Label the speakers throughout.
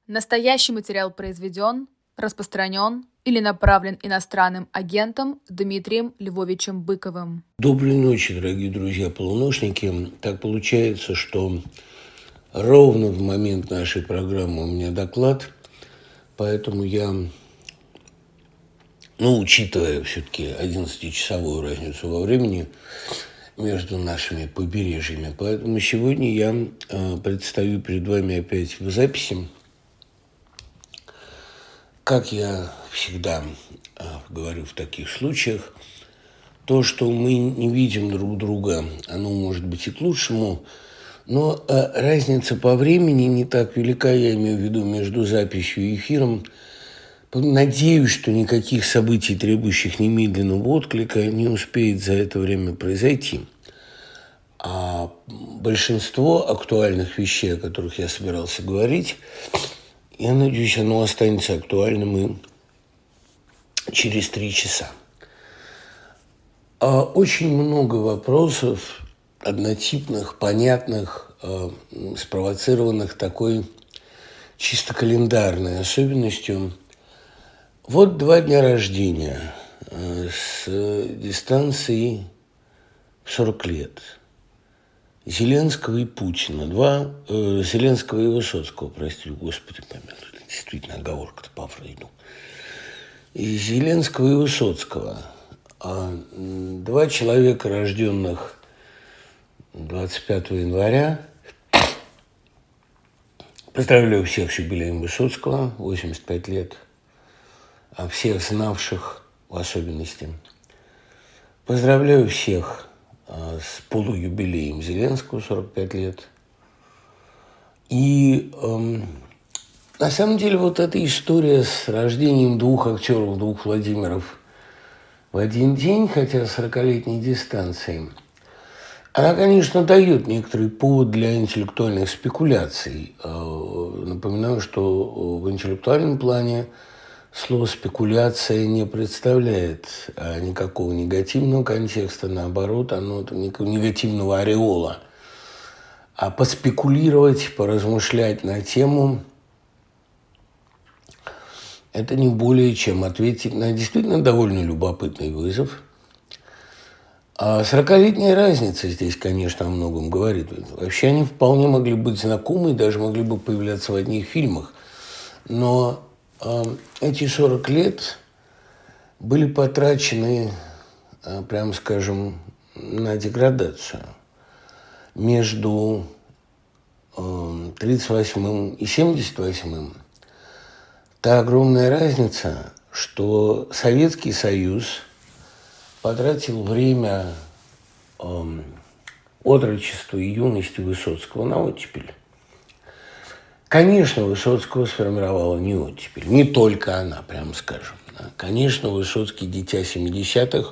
Speaker 1: Настоящий материал произведен, распространен или направлен иностранным агентом Дмитрием Львовичем Быковым.
Speaker 2: Доброй ночи, дорогие друзья-полуношники. Так получается, что ровно в момент нашей программы у меня доклад, поэтому я, учитывая все-таки 11-часовую разницу во времени между нашими побережьями, поэтому сегодня я предстаю перед вами опять в записи. Как я всегда говорю в таких случаях, то, что мы не видим друг друга, оно может быть и к лучшему, но разница по времени не так велика, я имею в виду между записью и эфиром. Надеюсь, что никаких событий, требующих немедленного отклика, не успеет за это время произойти. А большинство актуальных вещей, о которых я собирался говорить, я надеюсь, оно останется актуальным и через 3 часа. Очень много вопросов однотипных, понятных, спровоцированных такой чисто календарной особенностью. Вот 2 дня рождения с дистанцией в 40 лет. Зеленского и Путина. Зеленского и Высоцкого, прости, Господи помилуй. Действительно, оговорка-то по Фрейду. И Зеленского и Высоцкого. 2 человека, рожденных 25 января. Поздравляю всех с юбилеем Высоцкого, 85 лет. А всех знавших в особенности. Поздравляю всех с полуюбилеем Зеленского, 45 лет. И на самом деле вот эта история с рождением 2 актеров, 2 Владимиров в один день, хотя 40-летней дистанции, она, конечно, дает некоторый повод для интеллектуальных спекуляций. Напоминаю, что в интеллектуальном плане слово «спекуляция» не представляет никакого негативного контекста, наоборот, оно никакого негативного ореола. А поспекулировать, поразмышлять на тему – это не более чем ответить на действительно довольно любопытный вызов. А 40-летняя разница здесь, конечно, о многом говорит. Вообще они вполне могли быть знакомы, даже могли бы появляться в одних фильмах. Но эти 40 лет были потрачены, прямо скажем, на деградацию. Между 38-м и 78-м та огромная разница, что Советский Союз потратил время отрочества и юности Высоцкого на оттепель. Конечно, Высоцкого сформировала не оттепель, не только она, прямо скажем. Конечно, Высоцкий – дитя 70-х,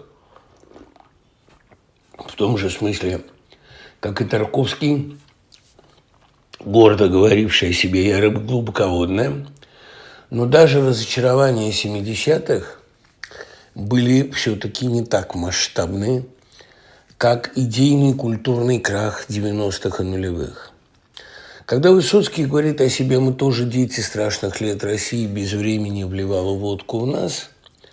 Speaker 2: в том же смысле, как и Тарковский, гордо говоривший о себе «я рыба глубоководная». Но даже разочарования 70-х были все-таки не так масштабны, как идейный культурный крах 90-х и нулевых. Когда Высоцкий говорит о себе «мы тоже дети страшных лет России, без времени вливала водку в нас»,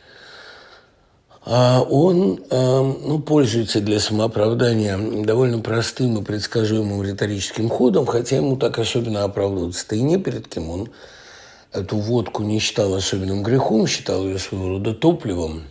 Speaker 2: он пользуется для самооправдания довольно простым и предсказуемым риторическим ходом, хотя ему так особенно оправдываться-то и не перед кем. Он эту водку не считал особенным грехом, считал ее своего рода топливом.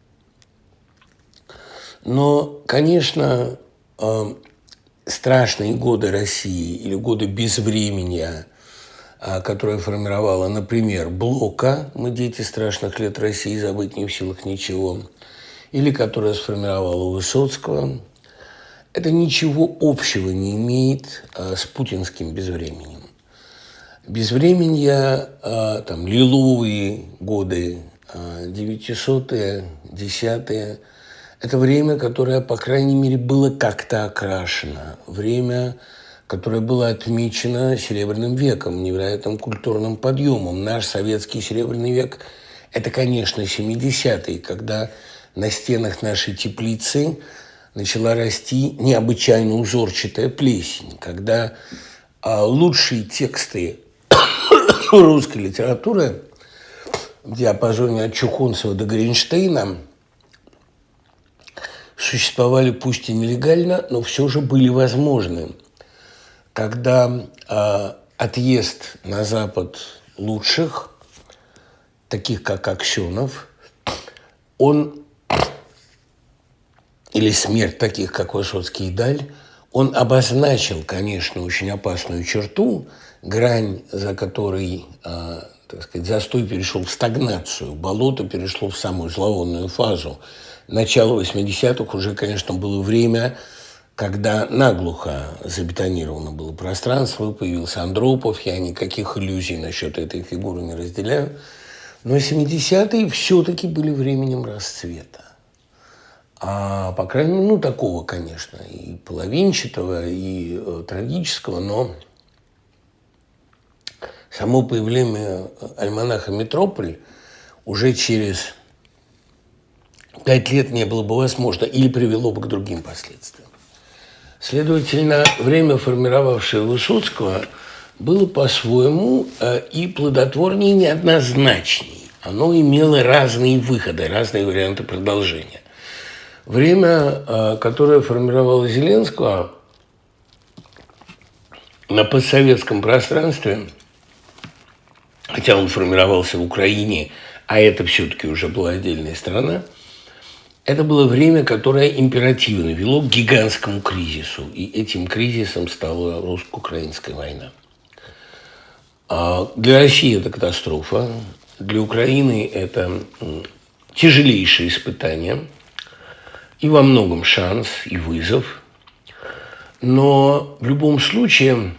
Speaker 2: Но, конечно, страшные годы России или годы безвременья, которые формировала, например, Блока «Мы дети страшных лет России, забыть не в силах ничего», или которая сформировала Высоцкого, это ничего общего не имеет с путинским безвременем. Безвременья, лиловые годы, 900-е, 10-е, это время, которое, по крайней мере, было как-то окрашено. Время, которое было отмечено Серебряным веком, невероятным культурным подъемом. Наш советский Серебряный век – это, конечно, 70-е, когда на стенах нашей теплицы начала расти необычайно узорчатая плесень, когда лучшие тексты русской литературы в диапазоне от Чухонцева до Гринштейна существовали пусть и нелегально, но все же были возможны. Когда отъезд на Запад лучших, таких как Аксенов, или смерть таких, как Высоцкий и Даль, он обозначил, конечно, очень опасную черту, грань, за которой, так сказать, застой перешел в стагнацию, болото перешло в самую зловонную фазу. Начало 80-х уже, конечно, было время, когда наглухо забетонировано было пространство, появился Андропов, я никаких иллюзий насчет этой фигуры не разделяю. Но 70-е все-таки были временем расцвета. По крайней мере, такого, конечно, и половинчатого, и трагического, но само появление альманаха «Метрополь» уже через 5 лет не было бы возможно или привело бы к другим последствиям. Следовательно, время, формировавшее Высоцкого, было по-своему и плодотворнее, и неоднозначнее. Оно имело разные выходы, разные варианты продолжения. Время, которое формировало Зеленского на постсоветском пространстве, хотя он формировался в Украине, а это все-таки уже была отдельная страна, это было время, которое императивно вело к гигантскому кризису. И этим кризисом стала русско-украинская война. Для России это катастрофа, для Украины это тяжелейшее испытание, и во многом шанс, и вызов. Но в любом случае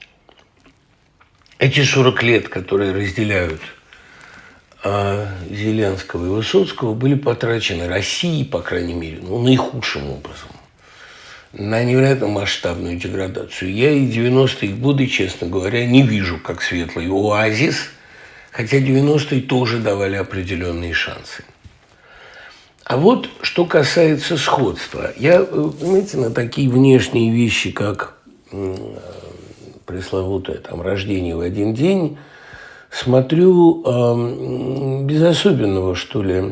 Speaker 2: эти 40 лет, которые разделяют Зеленского и Высоцкого, были потрачены Россией, по крайней мере, наихудшим образом, на невероятно масштабную деградацию. Я и 90-е годы, честно говоря, не вижу как светлый оазис, хотя 90-е тоже давали определенные шансы. А вот что касается сходства. Я, понимаете, на такие внешние вещи, как пресловутое рождение в один день, смотрю без особенного, что ли,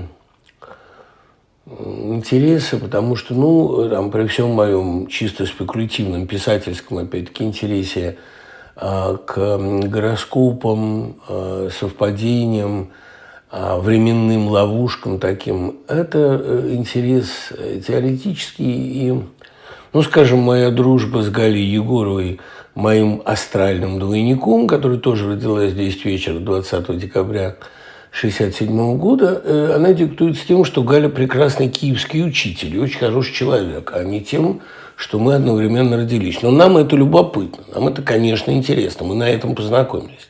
Speaker 2: интереса, потому что, при всем моем чисто спекулятивном писательском, опять-таки, интересе к гороскопам, совпадениям, временным ловушкам таким, это интерес теоретический. И, скажем, моя дружба с Галей Егоровой, моим астральным двойником, который тоже родилась в 10 вечера 20 декабря 1967 года, она диктуется тем, что Галя прекрасный киевский учитель и очень хороший человек, а не тем, что мы одновременно родились. Но нам это любопытно, нам это, конечно, интересно, мы на этом познакомились.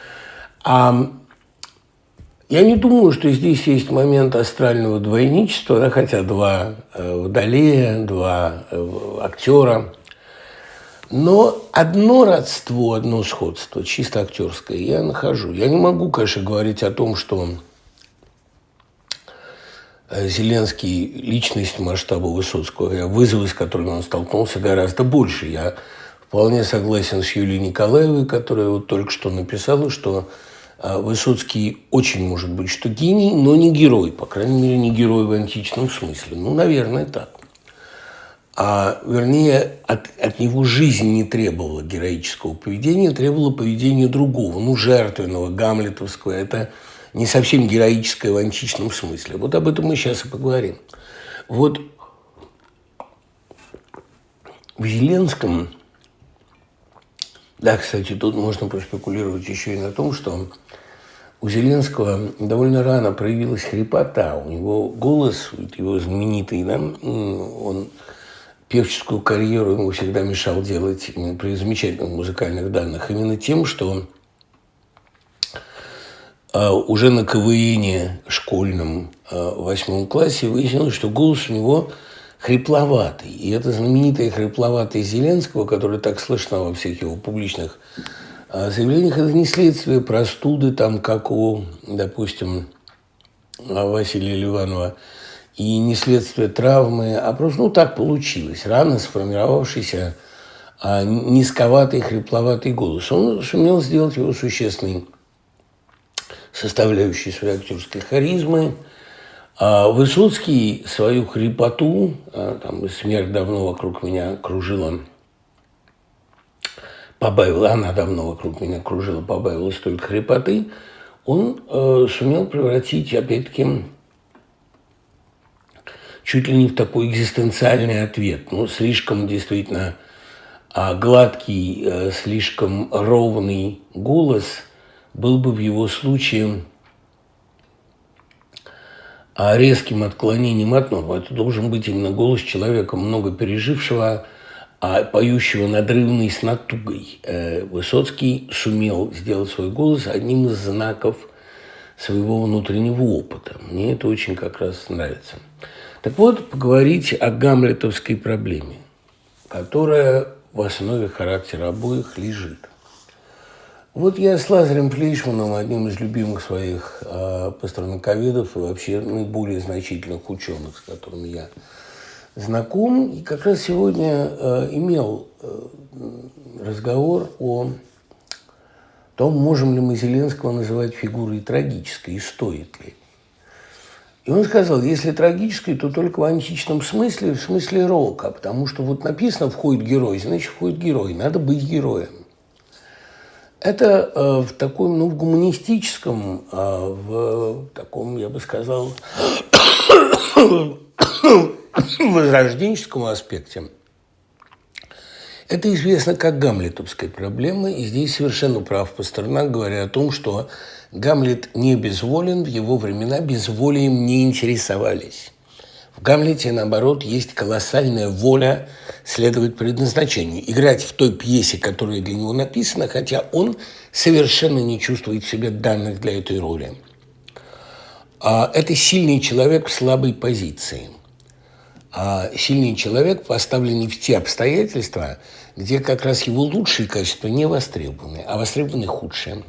Speaker 2: Я не думаю, что здесь есть момент астрального двойничества, хотя два водолея, два актера. Но одно родство, одно сходство, чисто актерское, я нахожу. Я не могу, конечно, говорить о том, что Зеленский – личность масштаба Высоцкого, вызовы, с которыми он столкнулся, гораздо больше. Я вполне согласен с Юлией Николаевой, которая только что написала, что Высоцкий очень может быть, что гений, но не герой. По крайней мере, не герой в античном смысле. Наверное, так. Вернее, от него жизнь не требовала героического поведения, требовала поведения другого, жертвенного, гамлетовского. Это не совсем героическое в античном смысле. Вот об этом мы сейчас и поговорим. Вот в Зеленском, да, кстати, тут можно поспекулировать еще и на том, что у Зеленского довольно рано проявилась хрипота. У него голос, его знаменитый, он певческую карьеру ему всегда мешал делать при замечательных музыкальных данных именно тем, что уже на КВНе школьном в 8 классе выяснилось, что голос у него хрипловатый. И это знаменитая хрипловатость Зеленского, которая так слышна во всех его публичных заявлениях, это не следствие простуды, как у, допустим, Василия Ливанова, и не следствие травмы, а просто, так получилось. Рано сформировавшийся низковатый, хрипловатый голос. Он сумел сделать его существенной составляющей своей актерской харизмы. А Высоцкий свою хрипоту, там смерть давно вокруг меня кружила, побавила, она давно вокруг меня кружила, побавилась только хрипоты, он сумел превратить, опять-таки, чуть ли не в такой экзистенциальный ответ. Ну, слишком действительно гладкий, слишком ровный голос был бы в его случае резким отклонением от нормы. Это должен быть именно голос человека, много пережившего, поющего надрывно и с натугой. Высоцкий сумел сделать свой голос одним из знаков своего внутреннего опыта. Мне это очень как раз нравится. Так вот, поговорить о гамлетовской проблеме, которая в основе характера обоих лежит. Вот я с Лазарем Флейшманом, одним из любимых своих пастернаковедов и вообще наиболее значительных ученых, с которыми я знаком, и как раз сегодня имел разговор о том, можем ли мы Зеленского называть фигурой трагической и стоит ли. И он сказал, если трагической, то только в античном смысле, в смысле рока, потому что вот написано «входит герой», значит, входит герой, надо быть героем. Это в таком, в гуманистическом, в таком, я бы сказал, возрожденческом аспекте. Это известно как гамлетовская проблема, и здесь совершенно прав Пастернак, говоря о том, что Гамлет не безволен, в его времена безволием не интересовались. В Гамлете, наоборот, есть колоссальная воля следовать предназначению, играть в той пьесе, которая для него написана, хотя он совершенно не чувствует в себе данных для этой роли. Это сильный человек в слабой позиции. Сильный человек, поставленный в те обстоятельства, где как раз его лучшие качества не востребованы, а востребованы худшие.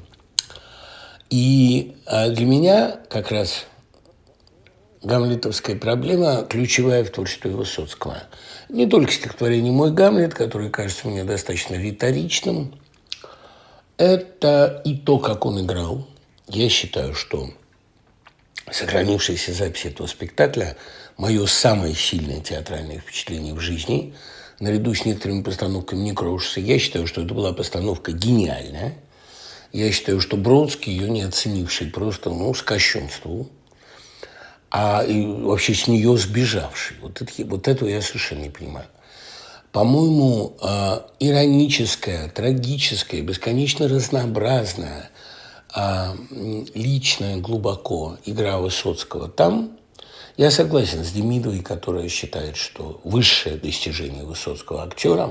Speaker 2: И для меня как раз гамлетовская проблема ключевая в творчестве Высоцкого. Не только стихотворение «Мой Гамлет», которое кажется мне достаточно риторичным, это и то, как он играл. Я считаю, что сохранившаяся запись этого спектакля – мое самое сильное театральное впечатление в жизни. Наряду с некоторыми постановками Некрошеса, я считаю, что это была постановка гениальная. Я считаю, что Бродский, ее не оценивший, просто, с кощунством, и вообще с нее сбежавший. Вот этого я совершенно не понимаю. По-моему, ироническая, трагическая, бесконечно разнообразная, личная, глубоко игра Высоцкого там. Я согласен с Демидовой, которая считает, что высшее достижение Высоцкого актера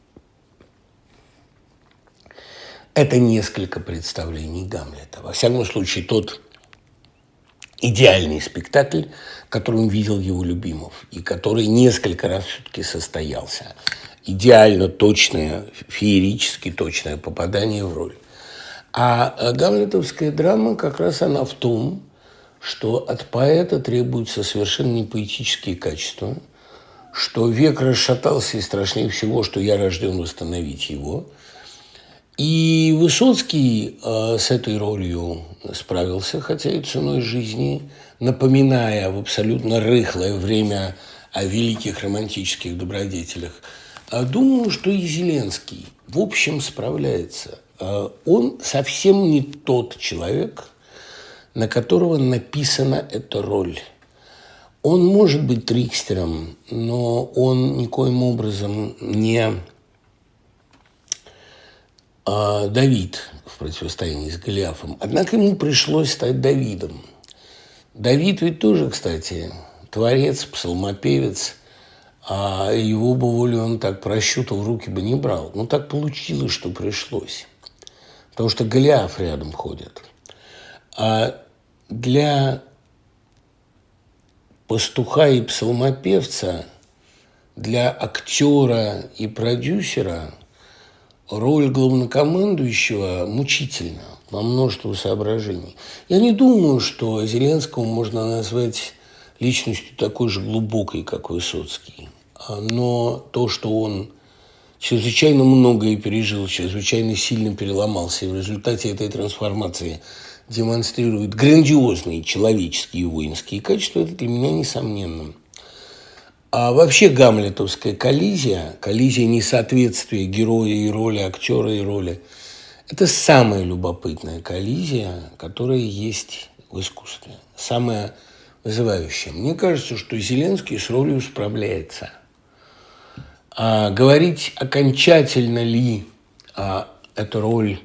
Speaker 2: – это несколько представлений Гамлета. Во всяком случае, тот идеальный спектакль, которым видел его Любимов, и который несколько раз все-таки состоялся. Идеально точное, феерически точное попадание в роль. А гамлетовская драма как раз она в том, что от поэта требуются совершенно не поэтические качества, что век расшатался, и страшнее всего, что я рожден восстановить его. И Высоцкий с этой ролью справился, хотя и ценой жизни, напоминая в абсолютно рыхлое время о великих романтических добродетелях. Думаю, что и Зеленский в общем справляется. Он совсем не тот человек, на которого написана эта роль. Он может быть трикстером, но он никоим образом не Давид в противостоянии с Голиафом. Однако ему пришлось стать Давидом. Давид ведь тоже, кстати, творец, псалмопевец, а его бы волю он так просчета в руки бы не брал. Но так получилось, что пришлось. Потому что Голиаф рядом ходит. А для пастуха и псалмопевца, для актера и продюсера роль главнокомандующего мучительна во множестве соображений. Я не думаю, что Зеленского можно назвать личностью такой же глубокой, как Высоцкий. Но то, что он чрезвычайно многое пережил, чрезвычайно сильно переломался, и в результате этой трансформации демонстрирует грандиозные человеческие и воинские качества, это для меня несомненно. А вообще гамлетовская коллизия несоответствия героя и роли, актера и роли, это самая любопытная коллизия, которая есть в искусстве, самая вызывающая. Мне кажется, что Зеленский с ролью справляется. А говорить, окончательно ли эта роль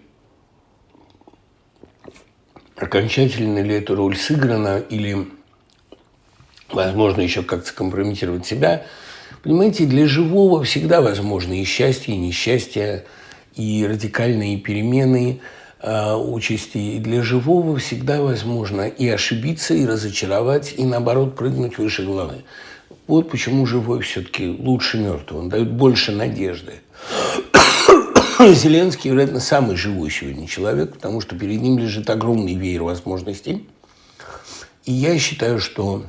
Speaker 2: сыграна или, возможно, еще как-то скомпрометировать себя, понимаете, для живого всегда возможно и счастье, и несчастье, и радикальные перемены участи. И для живого всегда возможно и ошибиться, и разочаровать, и, наоборот, прыгнуть выше головы. Вот почему живой все-таки лучше мертвого. Он дает больше надежды. Зеленский, вероятно, самый живой сегодня человек, потому что перед ним лежит огромный веер возможностей. И я считаю, что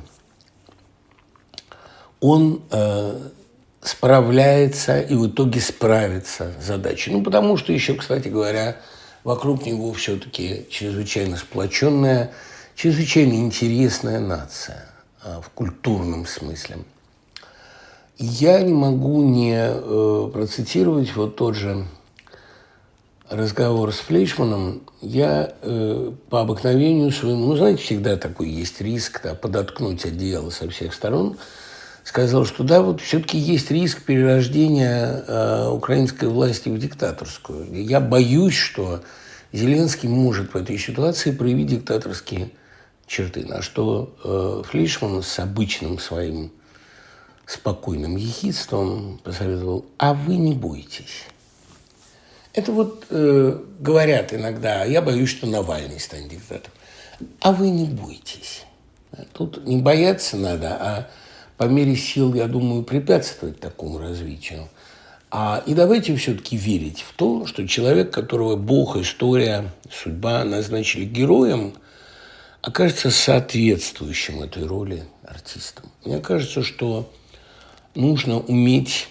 Speaker 2: он справляется и в итоге справится с задачей. Ну, потому что еще, кстати говоря, вокруг него все-таки чрезвычайно сплоченная, чрезвычайно интересная нация в культурном смысле. И я не могу не процитировать вот тот же разговор с Флейшманом. Я по обыкновению своему, знаете, всегда такой есть риск подоткнуть одеяло со всех сторон, сказал, что да, вот все-таки есть риск перерождения украинской власти в диктаторскую. Я боюсь, что Зеленский может в этой ситуации проявить диктаторские черты. На что Флейшман с обычным своим спокойным ехидством посоветовал: а вы не бойтесь. Это вот говорят иногда: я боюсь, что Навальный станет диктатором. А вы не бойтесь. Тут не бояться надо, а по мере сил, я думаю, препятствовать такому развитию. И давайте все-таки верить в то, что человек, которого Бог, история, судьба назначили героем, окажется соответствующим этой роли артистом. Мне кажется, что нужно уметь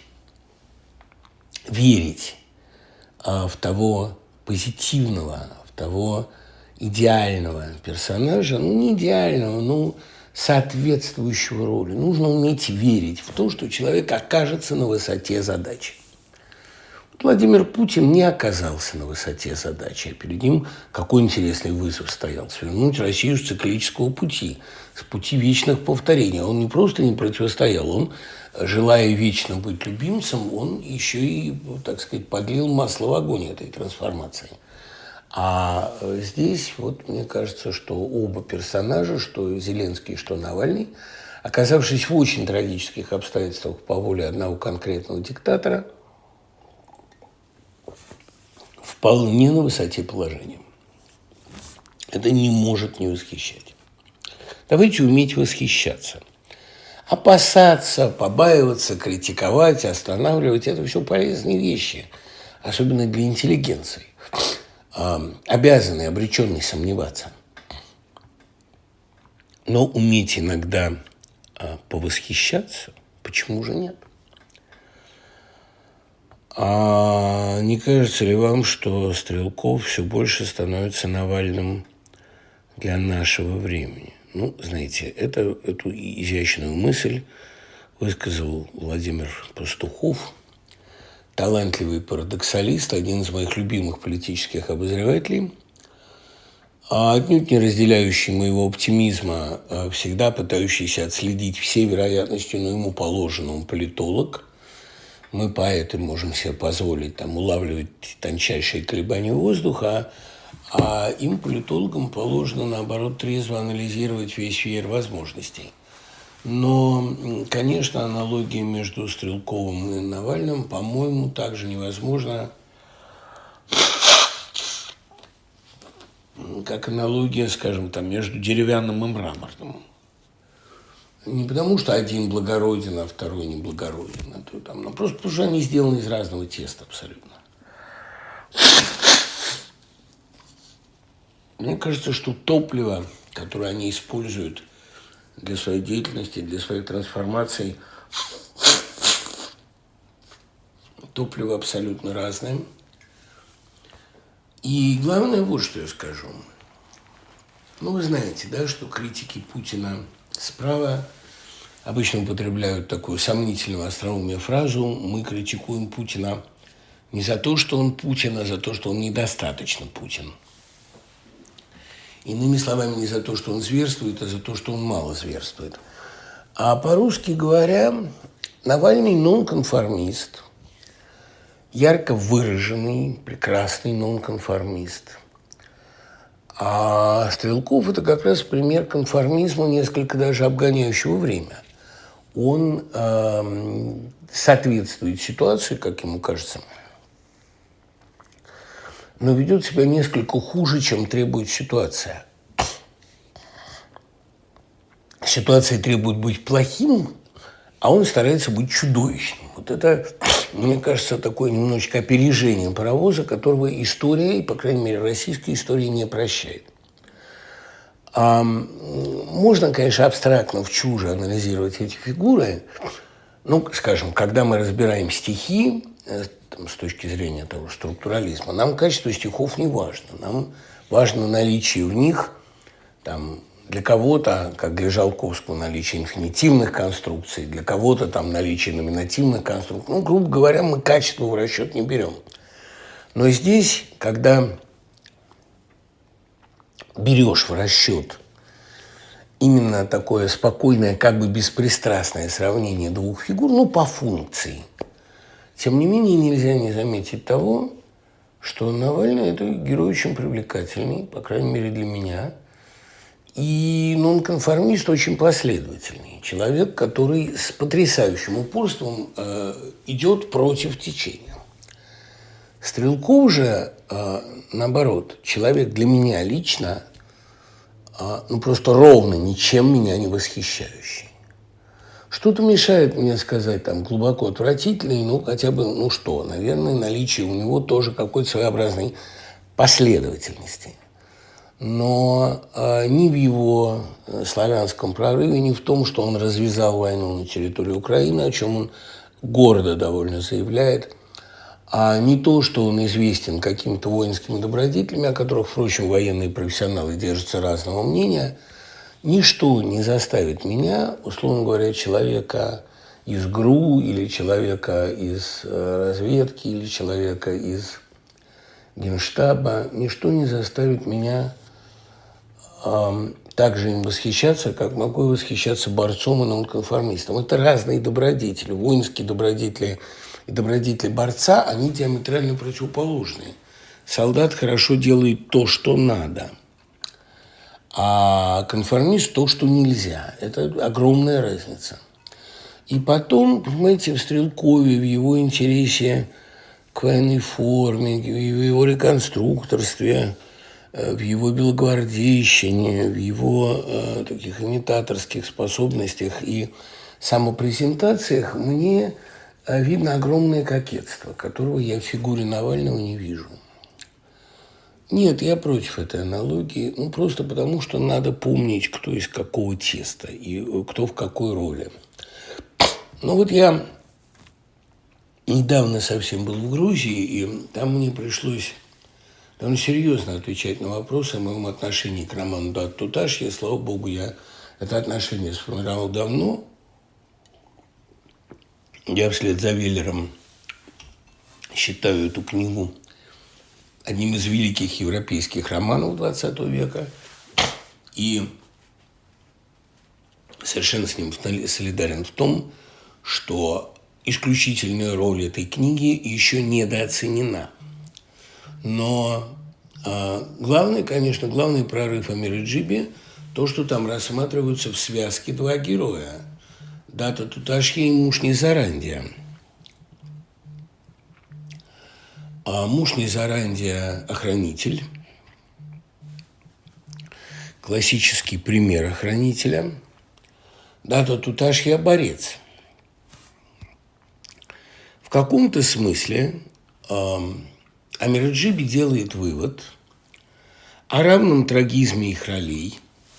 Speaker 2: верить в того позитивного, в того идеального персонажа, не идеального, соответствующего роли. Нужно уметь верить в то, что человек окажется на высоте задачи. Владимир Путин не оказался на высоте задачи, а перед ним какой интересный вызов стоял: свернуть Россию с циклического пути, с пути вечных повторений. Он не просто не противостоял, он, желая вечно быть любимцем, он еще и, так сказать, подлил масло в огонь этой трансформации. А здесь, мне кажется, что оба персонажа, что Зеленский, что Навальный, оказавшись в очень трагических обстоятельствах по воле одного конкретного диктатора, вполне на высоте положения. Это не может не восхищать. Давайте уметь восхищаться. Опасаться, побаиваться, критиковать, останавливать – это все полезные вещи, особенно для интеллигенции, обязанной, обреченной сомневаться. Но уметь иногда повосхищаться, почему же нет? А не кажется ли вам, что Стрелков все больше становится Навальным для нашего времени? Знаете, эту изящную мысль высказал Владимир Пастухов, талантливый парадоксалист, один из моих любимых политических обозревателей, отнюдь не разделяющий моего оптимизма, всегда пытающийся отследить все вероятности, но ему положенному политолог. Мы, поэты, можем себе позволить улавливать тончайшие колебания воздуха, а им, политологам, положено, наоборот, трезво анализировать весь веер возможностей. Но, конечно, аналогия между Стрелковым и Навальным, по-моему, также невозможна, как аналогия, скажем, между деревянным и мраморным. Не потому, что один благороден, а второй не благороден. Просто потому, что они сделаны из разного теста абсолютно. Мне кажется, что топливо, которое они используют для своей деятельности, для своих трансформаций, топливо абсолютно разное. И главное, вот что я скажу. Ну, вы знаете, да, что критики Путина справа обычно употребляют такую сомнительную остроумие фразу: мы критикуем Путина не за то, что он Путин, а за то, что он недостаточно Путин. Иными словами, не за то, что он зверствует, а за то, что он мало зверствует. А по-русски говоря, Навальный нонконформист, ярко выраженный, прекрасный нонконформист. А Стрелков – это как раз пример конформизма, несколько даже обгоняющего время. Он соответствует ситуации, как ему кажется, но ведет себя несколько хуже, чем требует ситуация. Ситуация требует быть плохим, а он старается быть чудовищным. Вот это, мне кажется, такое немножечко опережение паровоза, которого история, и, по крайней мере, российская история не прощает. Можно, конечно, абстрактно в чуже анализировать эти фигуры. Ну, скажем, когда мы разбираем стихи, с точки зрения того структурализма, нам качество стихов не важно. Нам важно наличие в них, для кого-то, как для Жалковского, наличие инфинитивных конструкций, для кого-то наличие номинативных конструкций. Ну, грубо говоря, мы качество в расчет не берем. Но здесь, когда берешь в расчет именно такое спокойное, как бы беспристрастное сравнение двух фигур, по функции, тем не менее нельзя не заметить того, что Навальный – это герой очень привлекательный, по крайней мере для меня, и нонконформист очень последовательный. Человек, который с потрясающим упорством идет против течения. Стрелков же, наоборот, человек для меня лично, просто ровно ничем меня не восхищающий. Что-то мешает мне сказать глубоко отвратительный, хотя бы, наверное, наличие у него тоже какой-то своеобразной последовательности. Но ни в его славянском прорыве, ни в том, что он развязал войну на территории Украины, о чем он гордо довольно заявляет, а не то, что он известен какими-то воинскими добродетелями, о которых, впрочем, военные профессионалы держатся разного мнения, ничто не заставит меня, условно говоря, человека из ГРУ или человека из разведки или человека из Генштаба, ничто не заставит меня также им восхищаться, как могу восхищаться борцом и нонконформистом. Это разные добродетели. Воинские добродетели и добродетели борца, они диаметрально противоположные. Солдат хорошо делает то, что надо, а конформист – то, что нельзя. Это огромная разница. И потом, понимаете, в Стрелкове, в его интересе к военной форме, в его реконструкторстве, в его белогвардейщине, в его таких имитаторских способностях и самопрезентациях мне видно огромное кокетство, которого я в фигуре Навального не вижу. Нет, я против этой аналогии, просто потому, что надо помнить, кто из какого теста и кто в какой роли. Я недавно совсем был в Грузии, и там мне пришлось довольно серьезно отвечать на вопросы о моем отношении к роману «Дат Туташ». Слава богу, я это отношение сформировал давно. Я вслед за Веллером считаю эту книгу одним из великих европейских романов XX века. И совершенно с ним солидарен в том, что исключительная роль этой книги еще недооценена. Но главный прорыв Амира Джиби – то, что там рассматриваются в связке два героя – Дата Туташья и муж Низарандия. Муж Низарандия – охранитель, классический пример охранителя. Дата Туташья – борец. В каком-то смысле Амир Джиби делает вывод о равном трагизме их ролей,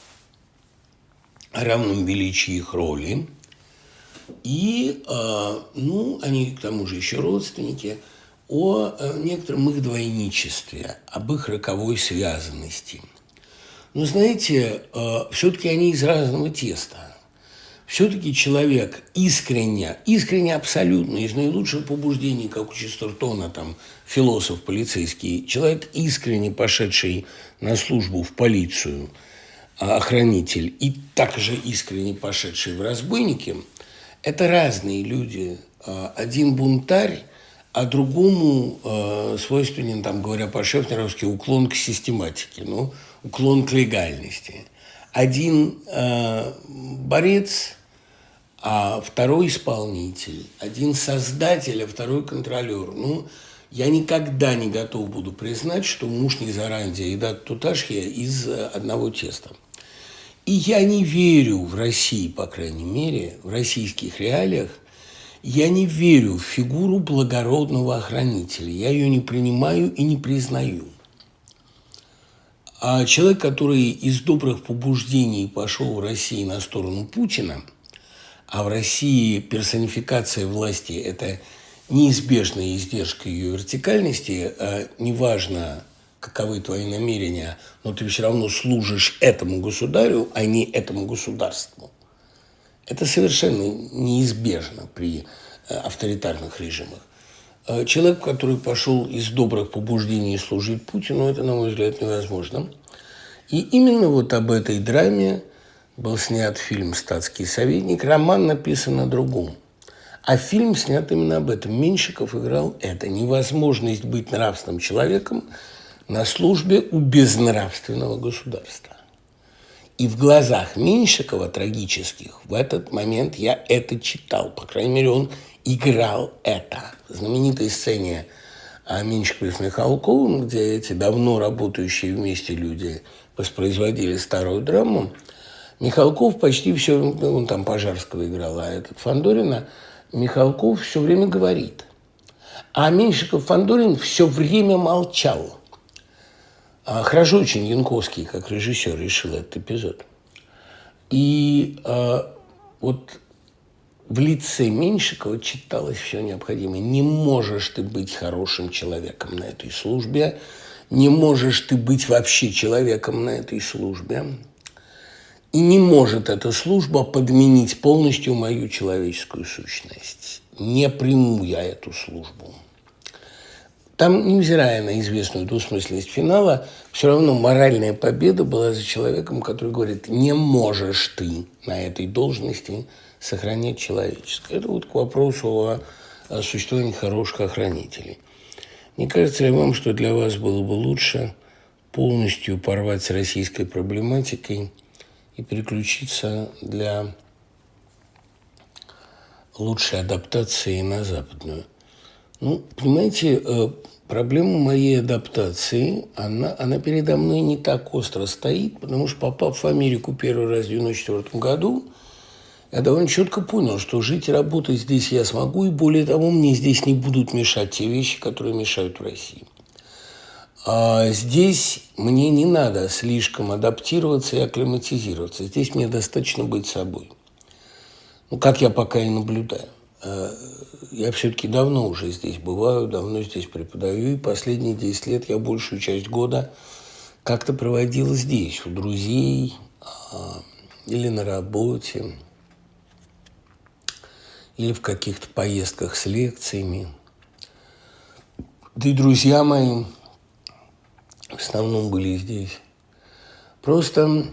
Speaker 2: о равном величии их роли. И, они к тому же еще родственники, о некотором их двойничестве, об их роковой связанности. Но знаете, все-таки они из разного теста. Все-таки человек искренне абсолютно, из наилучших побуждений, как у Честертона, там, философ, полицейский, человек искренне пошедший на службу в полицию, охранитель, и также искренне пошедший в разбойники, это разные люди. Один бунтарь, а другому свойственен, там, говоря по-шефнеровски, уклон к систематике, уклон к легальности. Один борец, а второй исполнитель. Один создатель, а второй контролер. Я никогда не готов буду признать, что муж Низарандия и Дат Туташхия из одного теста. И я не верю в России, по крайней мере, в российских реалиях, я не верю в фигуру благородного охранителя. Я ее не принимаю и не признаю. А человек, который из добрых побуждений пошел в России на сторону Путина, а в России персонификация власти – это неизбежная издержка ее вертикальности, неважно, каковы твои намерения, но ты все равно служишь этому государю, а не этому государству. Это совершенно неизбежно при авторитарных режимах. Человек, который пошел из добрых побуждений служить Путину, это, на мой взгляд, невозможно. И именно вот об этой драме был снят фильм «Статский советник». Роман написан о другом. А фильм снят именно об этом. Меньшиков играл это. Невозможность быть нравственным человеком на службе у безнравственного государства. И в глазах Меньшикова трагических в этот момент я это читал. По крайней мере, он играл это. В знаменитой сцене Меньшикова с Михалковым, где эти давно работающие вместе люди воспроизводили старую драму, Михалков почти все, он там Пожарского играл, а этот Фандорина, Михалков все время говорит. А Меньшиков, Фандорин все время молчал. Хорошо очень Янковский, как режиссер, решил этот эпизод. И вот в лице Меньшикова читалось все необходимое. Не можешь ты быть хорошим человеком на этой службе, не можешь ты быть вообще человеком на этой службе. И не может эта служба подменить полностью мою человеческую сущность. Не приму я эту службу. Там, невзирая на известную двусмысленность финала, все равно моральная победа была за человеком, который говорит, не можешь ты на этой должности сохранять человеческое. Это вот к вопросу о существовании хороших охранителей. Не кажется ли вам, что для вас было бы лучше полностью порвать с российской проблематикой и переключиться для лучшей адаптации на западную? Понимаете, проблема моей адаптации, она передо мной не так остро стоит, потому что, попав в Америку первый раз в 1994 году, я довольно четко понял, что жить и работать здесь я смогу, и более того, мне здесь не будут мешать те вещи, которые мешают в России. А здесь мне не надо слишком адаптироваться и акклиматизироваться. Здесь мне достаточно быть собой. Как я пока и наблюдаю. Я все-таки давно уже здесь бываю, давно здесь преподаю, и последние 10 лет я большую часть года как-то проводила здесь, у друзей или на работе, или в каких-то поездках с лекциями. Да и друзья мои в основном были здесь. Просто,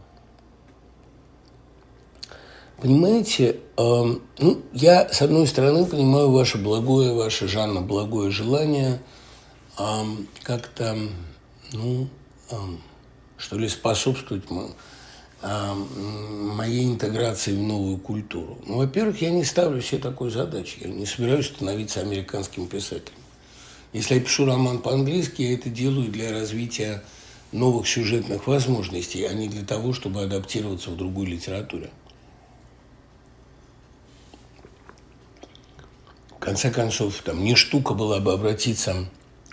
Speaker 2: понимаете, я, с одной стороны, понимаю ваше, Жанна, благое желание как-то, что ли, способствовать моей интеграции в новую культуру. Во-первых, я не ставлю себе такой задачи. Я не собираюсь становиться американским писателем. Если я пишу роман по-английски, я это делаю для развития новых сюжетных возможностей, а не для того, чтобы адаптироваться в другой литературе. В конце концов, не штука была бы обратиться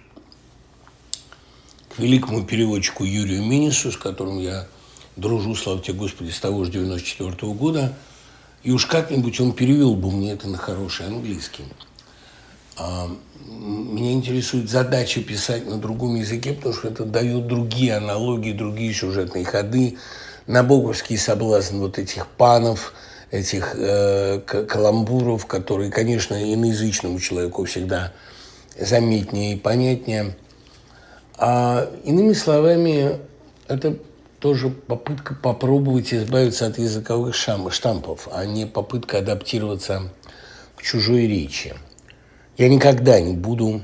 Speaker 2: к великому переводчику Юрию Минису, с которым я дружу, слава тебе, Господи, с того же 1994 года, и уж как-нибудь он перевел бы мне это на хороший английский. Меня интересует задача писать на другом языке, потому что это дает другие аналогии, другие сюжетные ходы, набоковский соблазн вот этих панов, этих каламбуров, которые, конечно, иноязычному человеку всегда заметнее и понятнее. А иными словами, это тоже попытка попробовать избавиться от языковых штампов, а не попытка адаптироваться к чужой речи. Я никогда не буду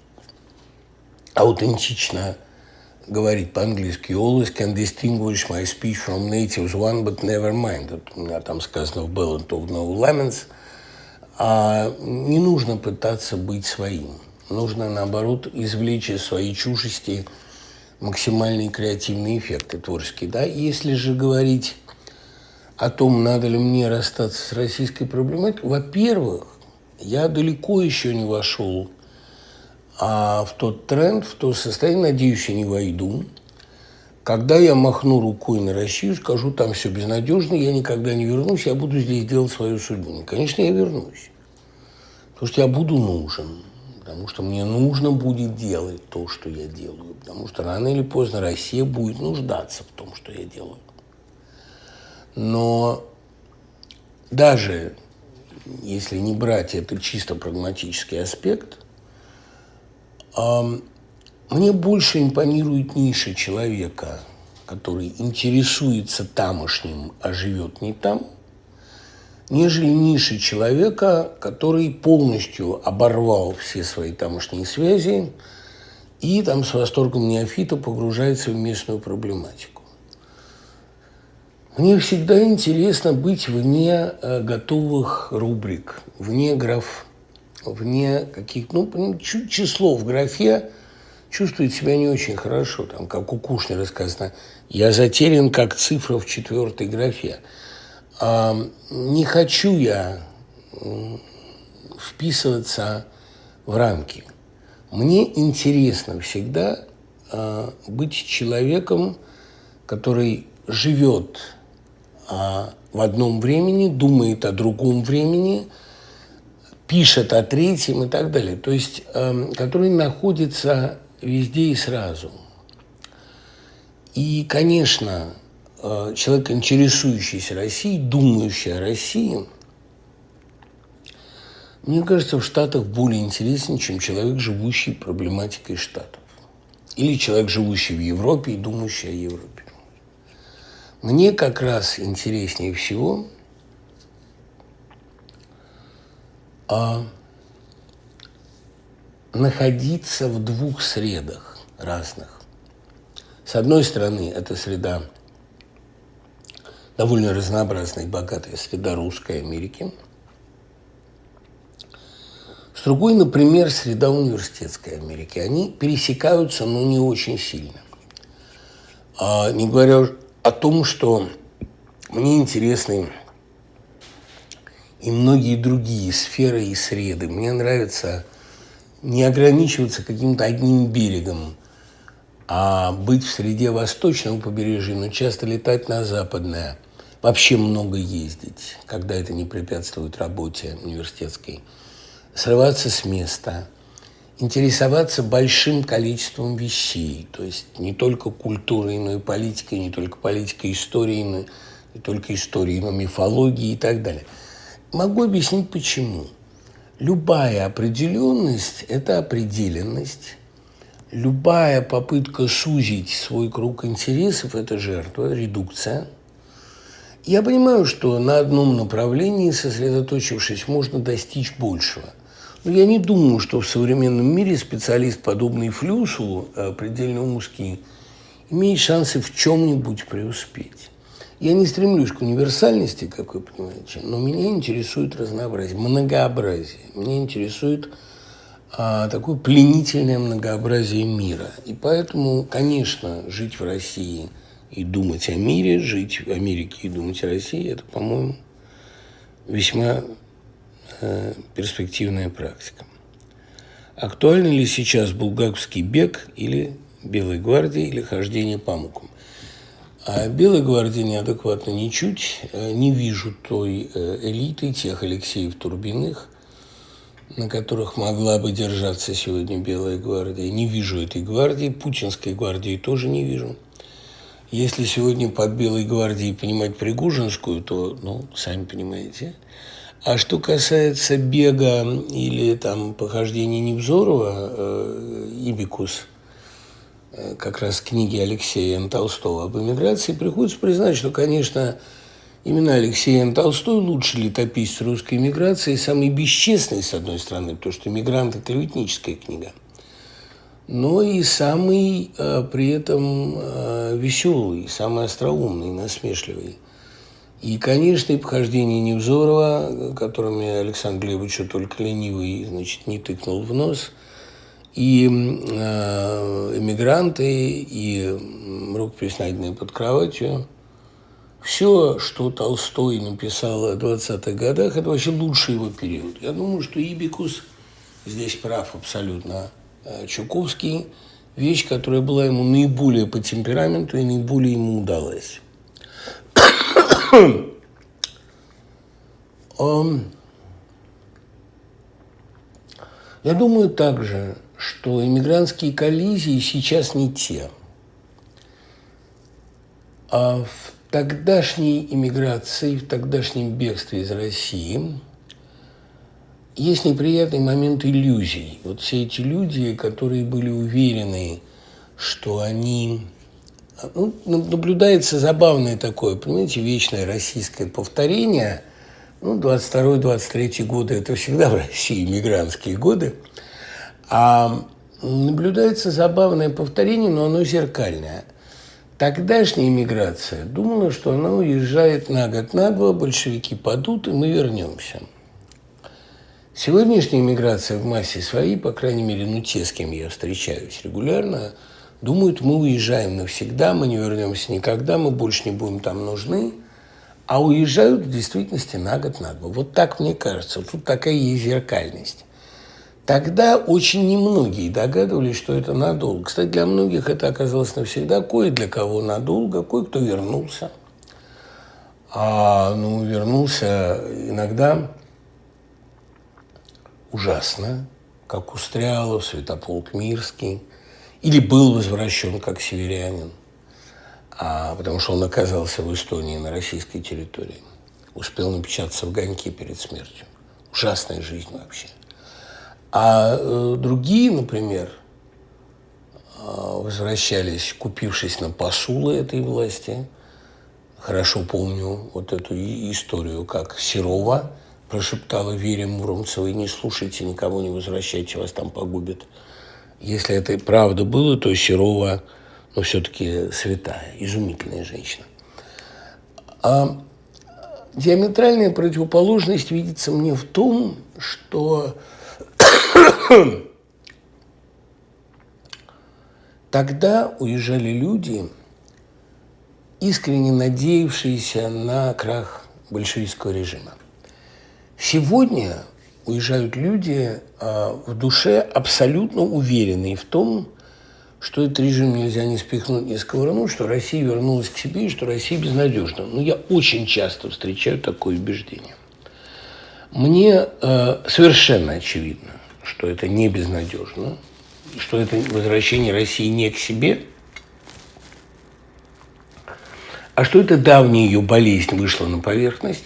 Speaker 2: аутентично говорить по-английски. You always can distinguish my speech from natives one, but never mind. Это у меня там сказано в Ballad of No Laments. Не нужно пытаться быть своим. Нужно, наоборот, извлечь из своей чужести максимальные креативные эффекты творческие. Да? Если же говорить о том, надо ли мне расстаться с российской проблематикой, во-первых, я далеко еще не вошел в тот тренд, в то состояние, надеюсь, я не войду, когда я махну рукой на Россию, скажу, там все безнадежно, я никогда не вернусь, я буду здесь делать свою судьбу. Конечно, я вернусь, потому что я буду нужен, потому что мне нужно будет делать то, что я делаю, потому что рано или поздно Россия будет нуждаться в том, что я делаю. Но даже если не брать это чисто прагматический аспект, мне больше импонирует ниша человека, который интересуется тамошним, а живет не там, нежели ниша человека, который полностью оборвал все свои тамошние связи и там с восторгом неофита погружается в местную проблематику. Мне всегда интересно быть вне готовых рубрик, вне граф, вне каких-то, число в графе чувствует себя не очень хорошо. Там, как у Кушнера сказано, я затерян, как цифра в 4-й графе. Не хочу я вписываться в рамки. Мне интересно всегда быть человеком, который живет в одном времени, думает о другом времени, пишет о третьем и так далее. То есть, который находится везде и сразу. И, конечно, человек, интересующийся Россией, думающий о России, мне кажется, в Штатах более интересен, чем человек, живущий проблематикой Штатов. Или человек, живущий в Европе и думающий о Европе. Мне как раз интереснее всего находиться в двух средах разных. С одной стороны, это среда довольно разнообразная и богатая, среда русской Америки. С другой, например, среда университетской Америки. Они пересекаются, но не очень сильно. Не говоря о том, что мне интересны и многие другие сферы и среды. Мне нравится не ограничиваться каким-то одним берегом, а быть в среде восточного побережья, но часто летать на западное. Вообще много ездить, когда это не препятствует работе университетской. Срываться с места, интересоваться большим количеством вещей, то есть не только культурой, но и политикой, не только политикой, историей, но не только историей, но мифологией и так далее. Могу объяснить, почему. Любая определенность – это определенность. Любая попытка сузить свой круг интересов – это жертва, редукция. Я понимаю, что на одном направлении, сосредоточившись, можно достичь большего. Но я не думаю, что в современном мире специалист, подобный Флюсу, предельно узкий, имеет шансы в чем-нибудь преуспеть. Я не стремлюсь к универсальности, как вы понимаете, но меня интересует разнообразие, многообразие. Меня интересует такое пленительное многообразие мира. И поэтому, конечно, жить в России и думать о мире, жить в Америке и думать о России – это, по-моему, весьма перспективная практика. Актуальны ли сейчас булгаковский бег или Белой гвардии, или хождение по мукам? А Белой гвардии неадекватно ничуть. Не вижу той элиты, тех Алексеев Турбиных, на которых могла бы держаться сегодня Белая гвардия. Не вижу этой гвардии, путинской гвардии тоже не вижу. Если сегодня под Белой гвардией понимать Пригожинскую, то, сами понимаете. А что касается бега или там похождений Невзорова, «Ибикус», как раз книги Алексея Н. Толстого об эмиграции, приходится признать, что, конечно, именно Алексей Н. Толстой лучший летописец русской эмиграции, самый бесчестный, с одной стороны, потому что «Эмигрант» – это клеветническая книга, но и самый при этом веселый, самый остроумный, насмешливый. И, конечно, и похождения Невзорова, которыми Александр Глебович только ленивый, не тыкнул в нос, и «Эмигранты», и «Рукопись, найденная под кроватью». Все, что Толстой написал в 20-х годах, это вообще лучший его период. Я думаю, что «Ибикус» здесь прав абсолютно Чуковский. Вещь, которая была ему наиболее по темпераменту и наиболее ему удалась. Я думаю также, что иммигрантские коллизии сейчас не те. А в тогдашней иммиграции, в тогдашнем бегстве из России есть неприятный момент иллюзий. Вот все эти люди, которые были уверены, что они... наблюдается забавное такое, понимаете, вечное российское повторение. 22-23 годы – это всегда в России мигрантские годы. А наблюдается забавное повторение, но оно зеркальное. Тогдашняя миграция думала, что она уезжает на год, на два, большевики падут, и мы вернемся. Сегодняшняя миграция в массе своей, по крайней мере, те, с кем я встречаюсь регулярно, думают, мы уезжаем навсегда, мы не вернемся никогда, мы больше не будем там нужны, а уезжают в действительности на год, на два. Вот так мне кажется, тут такая есть зеркальность. Тогда очень немногие догадывались, что это надолго. Кстати, для многих это оказалось навсегда, кое для кого надолго, кое-кто вернулся. Вернулся иногда ужасно, как Устрялов, Святополк Мирский, или был возвращен как северянин, потому что он оказался в Эстонии на российской территории. Успел напечататься в «Огоньке» перед смертью. Ужасная жизнь вообще. Другие, например, возвращались, купившись на посулы этой власти. Хорошо помню вот эту историю, как Серова прошептала Вере Муромцевой: «Не слушайте никого, не возвращайте, вас там погубят». Если это правда было, то Серова, все-таки святая, изумительная женщина. Диаметральная противоположность видится мне в том, что тогда уезжали люди, искренне надеявшиеся на крах большевистского режима. Сегодня уезжают люди в душе абсолютно уверенные в том, что этот режим нельзя ни спихнуть, ни сковырнуть, что Россия вернулась к себе и что Россия безнадежна. Я очень часто встречаю такое убеждение. Мне совершенно очевидно, что это не безнадежно, что это возвращение России не к себе, а что это давняя ее болезнь вышла на поверхность,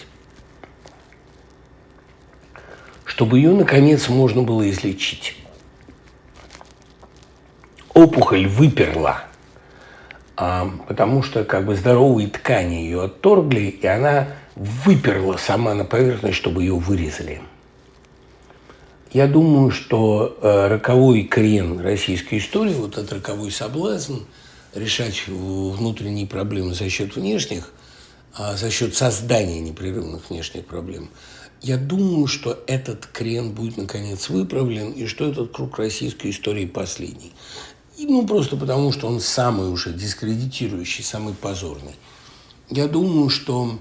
Speaker 2: чтобы ее, наконец, можно было излечить. Опухоль выперла, потому что здоровые ткани ее отторгли, и она выперла сама на поверхность, чтобы ее вырезали. Я думаю, что роковой крен российской истории, вот этот роковой соблазн решать внутренние проблемы за счет внешних, за счет создания непрерывных внешних проблем, я думаю, что этот крен будет, наконец, выправлен, и что этот круг российской истории последний. Просто потому, что он самый уже дискредитирующий, самый позорный. Я думаю, что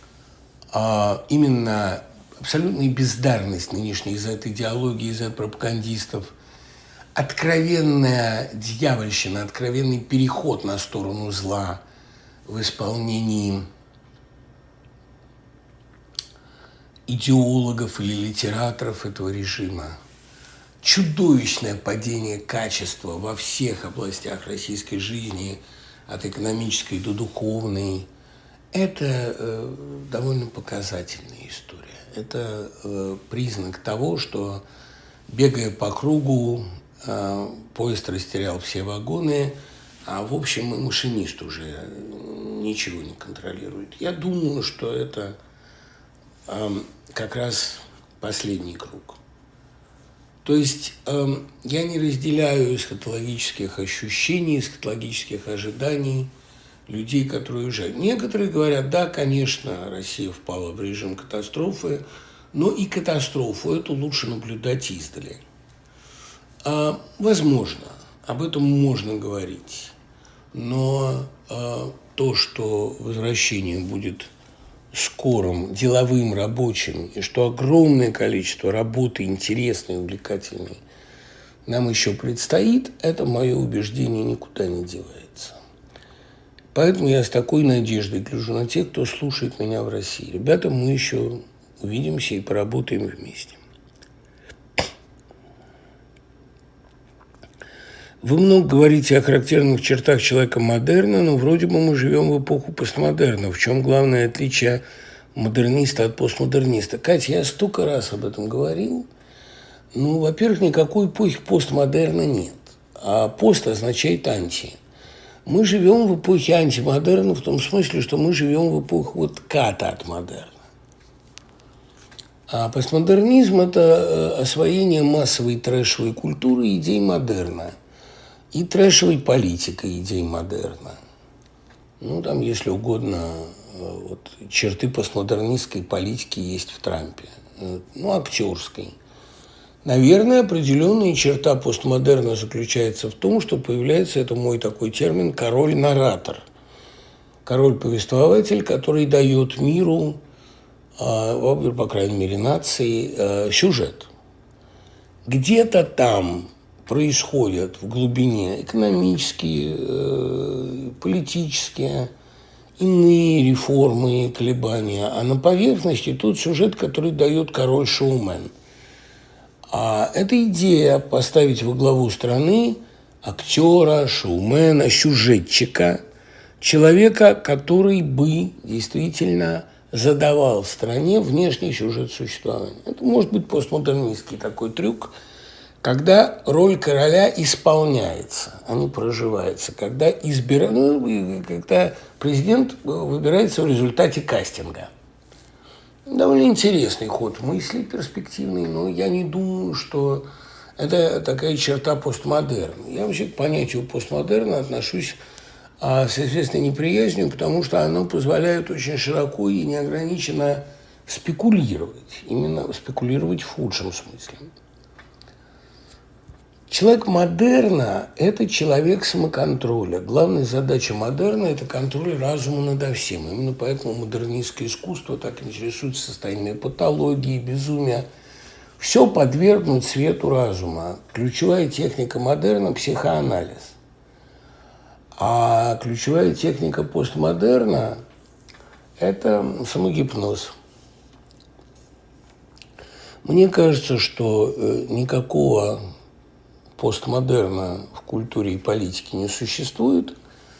Speaker 2: именно абсолютная бездарность нынешней Z-идеологии, Z-пропагандистов, откровенная дьявольщина, откровенный переход на сторону зла в исполнении идеологов или литераторов этого режима. Чудовищное падение качества во всех областях российской жизни, от экономической до духовной. Это довольно показательная история. Это признак того, что, бегая по кругу, поезд растерял все вагоны, а в общем и машинист уже ничего не контролирует. Я думаю, что это как раз последний круг. То есть я не разделяю эсхатологических ощущений, эсхатологических ожиданий людей, которые уезжают. Некоторые говорят, да, конечно, Россия впала в режим катастрофы, но и катастрофу эту лучше наблюдать издали. Возможно, об этом можно говорить, но то, что возвращение будет скорым, деловым, рабочим, и что огромное количество работы интересной, увлекательной нам еще предстоит, это мое убеждение никуда не девается. Поэтому я с такой надеждой гляжу на тех, кто слушает меня в России. Ребята, мы еще увидимся и поработаем вместе. Вы много говорите о характерных чертах человека модерна, но вроде бы мы живем в эпоху постмодерна. В чем главное отличие модерниста от постмодерниста? Катя, я столько раз об этом говорил. Ну, во-первых, никакой эпохи постмодерна нет. А пост означает анти. Мы живем в эпохе антимодерна в том смысле, что мы живем в эпоху вот ката от модерна. А постмодернизм – это освоение массовой трэшевой культуры и идей модерна. И трэшевой политикой идей модерна. Ну, там, если угодно, вот, черты постмодернистской политики есть в Трампе. Ну, актерской. Наверное, определенная черта постмодерна заключается в том, что появляется, это мой такой термин, король-наратор. Король-повествователь, который дает миру, по крайней мере, нации, сюжет. Где-то там происходят в глубине экономические, политические, иные реформы, колебания, а на поверхности тот сюжет, который дает король-шоумен. А эта идея поставить во главу страны актера, шоумена, сюжетчика, человека, который бы действительно задавал стране внешний сюжет существования. Это может быть постмодернистский такой трюк, когда роль короля исполняется, а не проживается, когда когда президент выбирается в результате кастинга. Довольно интересный ход мысли, перспективный, но я не думаю, что это такая черта постмодерна. Я вообще к понятию постмодерна отношусь с известной неприязнью, потому что оно позволяет очень широко и неограниченно спекулировать, именно спекулировать в худшем смысле. Человек модерна – это человек самоконтроля. Главная задача модерна – это контроль разума над всем. Именно поэтому модернистское искусство так интересуется состоянием патологии, безумия. Все подвергнуть свету разума. Ключевая техника модерна – психоанализ. А ключевая техника постмодерна – это самогипноз. Мне кажется, что никакого постмодерна в культуре и политике не существует.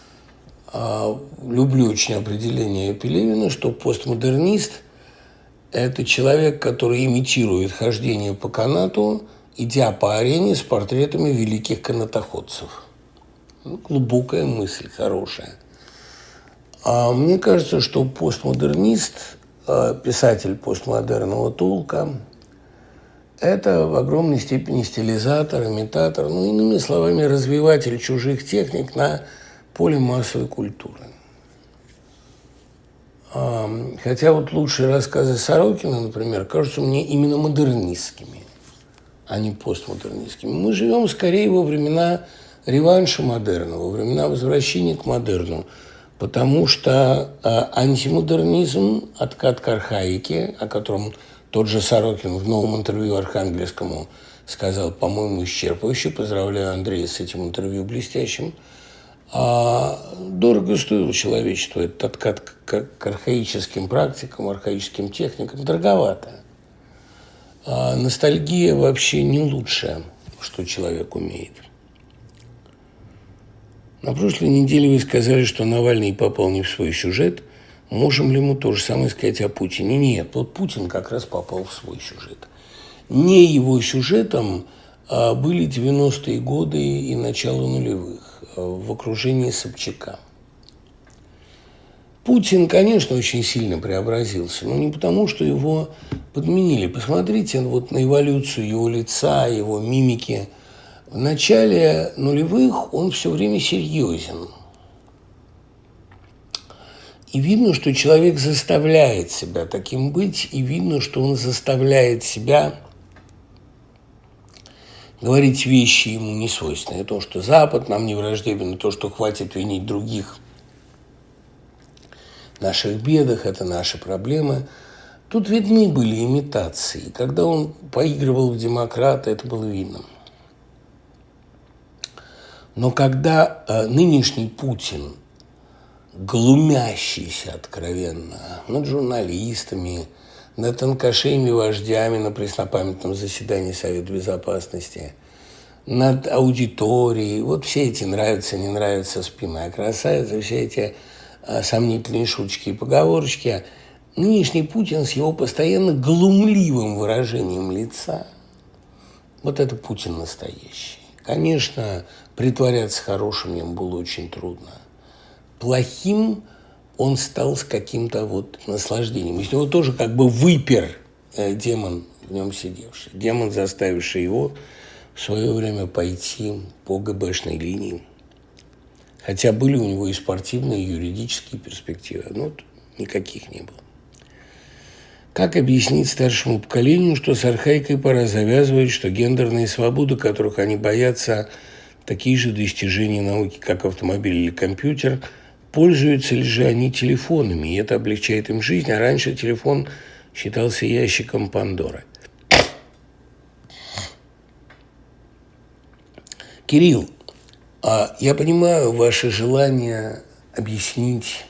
Speaker 2: Люблю очень определение Пелевина, что постмодернист – это человек, который имитирует хождение по канату, идя по арене с портретами великих канатоходцев. Глубокая мысль, хорошая. А мне кажется, что постмодернист, писатель постмодерного толка – это в огромной степени стилизатор, имитатор, иными словами, развиватель чужих техник на поле массовой культуры. Хотя вот лучшие рассказы Сорокина, например, кажутся мне именно модернистскими, а не постмодернистскими. Мы живем скорее во времена реванша модерна, во времена возвращения к модерну, потому что антимодернизм, откат к архаике, о котором тот же Сорокин в новом интервью Архангельскому сказал, по-моему, исчерпывающе. Поздравляю Андрея с этим интервью блестящим. Дорого стоило человечеству этот откат к архаическим практикам, архаическим техникам. Дороговато. ностальгия вообще не лучшее, что человек умеет. На прошлой неделе вы сказали, что Навальный попал не в свой сюжет. Можем ли мы то же самое сказать о Путине? Нет, вот Путин как раз попал в свой сюжет. Не его сюжетом были 90-е годы и начало нулевых в окружении Собчака. Путин, конечно, очень сильно преобразился, но не потому, что его подменили. Посмотрите вот на эволюцию его лица, его мимики. В начале нулевых он все время серьезен. И видно, что человек заставляет себя таким быть, и видно, что он заставляет себя говорить вещи ему несвойственные. То, что Запад нам не враждебен, то, что хватит винить других в наших бедах, это наши проблемы. Тут видны были имитации. Когда он поигрывал в демократа, это было видно. Но когда нынешний Путин, глумящийся откровенно над журналистами, над танкашами-вождями на преснопамятном заседании Совета Безопасности, над аудиторией, вот все эти нравятся, не нравятся, спи моя красавица, все эти сомнительные шуточки и поговорочки, нынешний Путин с его постоянно глумливым выражением лица, вот это Путин настоящий. Конечно, притворяться хорошим ему было очень трудно. Плохим он стал с каким-то вот наслаждением. Из него тоже как бы выпер демон в нем сидевший. Демон, заставивший его в свое время пойти по ГБшной линии. Хотя были у него и спортивные, и юридические перспективы. Но вот никаких не было. Как объяснить старшему поколению, что с архаикой пора завязывать, что гендерные свободы, которых они боятся, такие же достижения науки, как автомобиль или компьютер, пользуются ли же они телефонами, и это облегчает им жизнь, а раньше телефон считался ящиком Пандоры. Кирилл, я понимаю ваше желание объяснить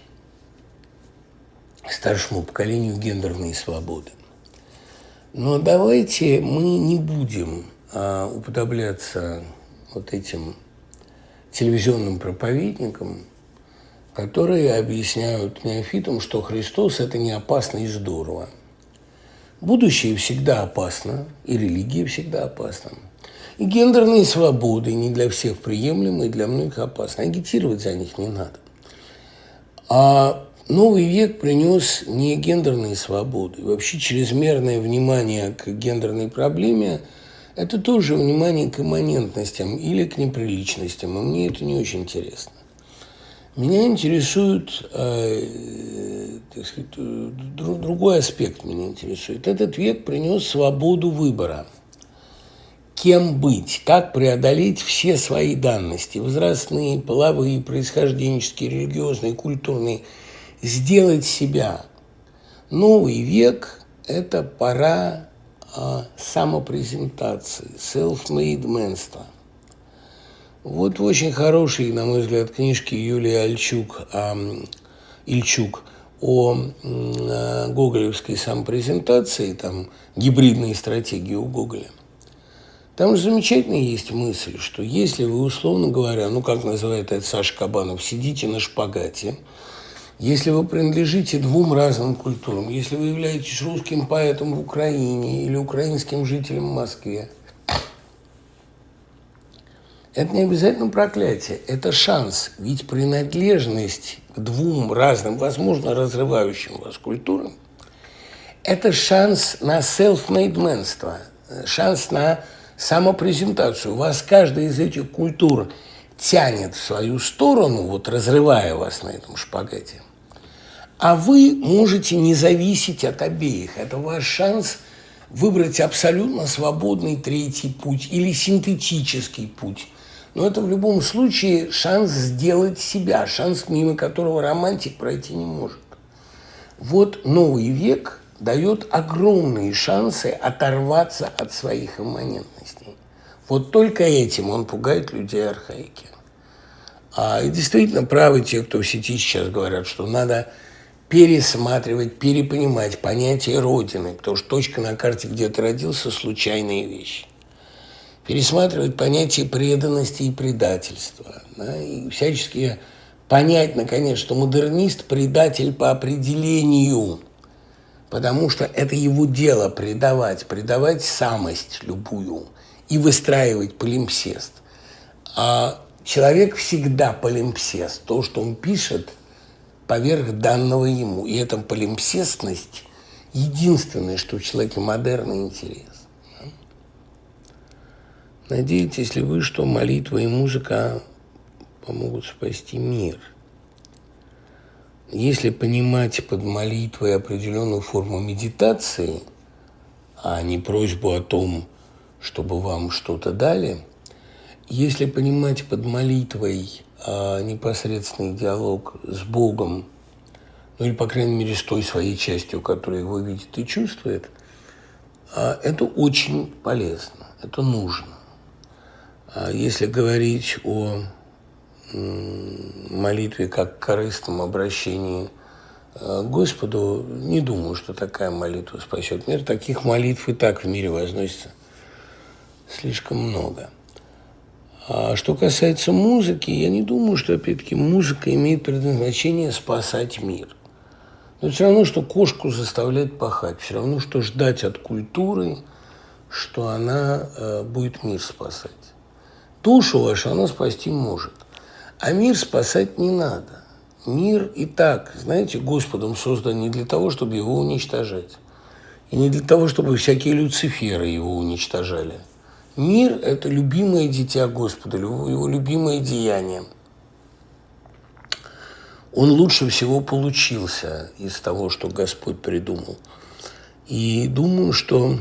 Speaker 2: старшему поколению гендерные свободы. Но давайте мы не будем уподобляться вот этим телевизионным проповедникам, которые объясняют неофитам, что Христос – это не опасно и здорово. Будущее всегда опасно, и религия всегда опасна. И гендерные свободы не для всех приемлемы, и для многих опасны. Агитировать за них не надо. А новый век принес не гендерные свободы. Вообще чрезмерное внимание к гендерной проблеме – это тоже внимание к имманентностям или к неприличностям. И мне это не очень интересно. Меня интересует, так сказать, другой аспект меня интересует. Этот век принес свободу выбора. Кем быть, как преодолеть все свои данности, возрастные, половые, происхожденческие, религиозные, культурные, сделать себя. Новый век – это пора самопрезентации, self-made manства. Вот в очень хорошей, на мой взгляд, книжке Юлии Ильчук о гоголевской самопрезентации, там гибридные стратегии у Гоголя. Там же замечательно есть мысль, что если вы, условно говоря, как называет это Саша Кабанов, сидите на шпагате, если вы принадлежите двум разным культурам, если вы являетесь русским поэтом в Украине или украинским жителем в Москве, это не обязательно проклятие, это шанс. Ведь принадлежность к двум разным, возможно, разрывающим вас культурам, это шанс на self-made manство, шанс на самопрезентацию. Вас каждая из этих культур тянет в свою сторону, вот разрывая вас на этом шпагате. А вы можете не зависеть от обеих. Это ваш шанс выбрать абсолютно свободный третий путь или синтетический путь. Но это в любом случае шанс сделать себя, шанс, мимо которого романтик пройти не может. Вот новый век дает огромные шансы оторваться от своих имманентностей. Вот только этим он пугает людей архаики. И действительно правы те, кто в сети сейчас говорят, что надо пересматривать, перепонимать понятие Родины, потому что точка на карте, где ты родился, случайные вещи. Пересматривать понятие преданности и предательства. Да, и всячески понять, наконец, что модернист – предатель по определению, потому что это его дело предавать самость любую и выстраивать полимпсест. А человек всегда полимпсест. То, что он пишет, поверх данного ему. И эта полимпсестность – единственное, что в человеке модерна интерес. Надеетесь ли вы, что молитва и музыка помогут спасти мир? Если понимать под молитвой определенную форму медитации, а не просьбу о том, чтобы вам что-то дали, если понимать под молитвой непосредственный диалог с Богом, ну или, по крайней мере, с той своей частью, которая его видит и чувствует, это очень полезно, это нужно. Если говорить о молитве как корыстном обращении к Господу, не думаю, что такая молитва спасет мир. Таких молитв и так в мире возносится слишком много. А что касается музыки, я не думаю, что, опять-таки, музыка имеет предназначение спасать мир. Но все равно, что кошку заставлять пахать, все равно, что ждать от культуры, что она будет мир спасать. Душу вашу она спасти может, а мир спасать не надо. Мир и так, знаете, Господом создан не для того, чтобы его уничтожать, и не для того, чтобы всякие Люциферы его уничтожали. Мир – это любимое дитя Господа, его любимое деяние. Он лучше всего получился из того, что Господь придумал. И думаю, что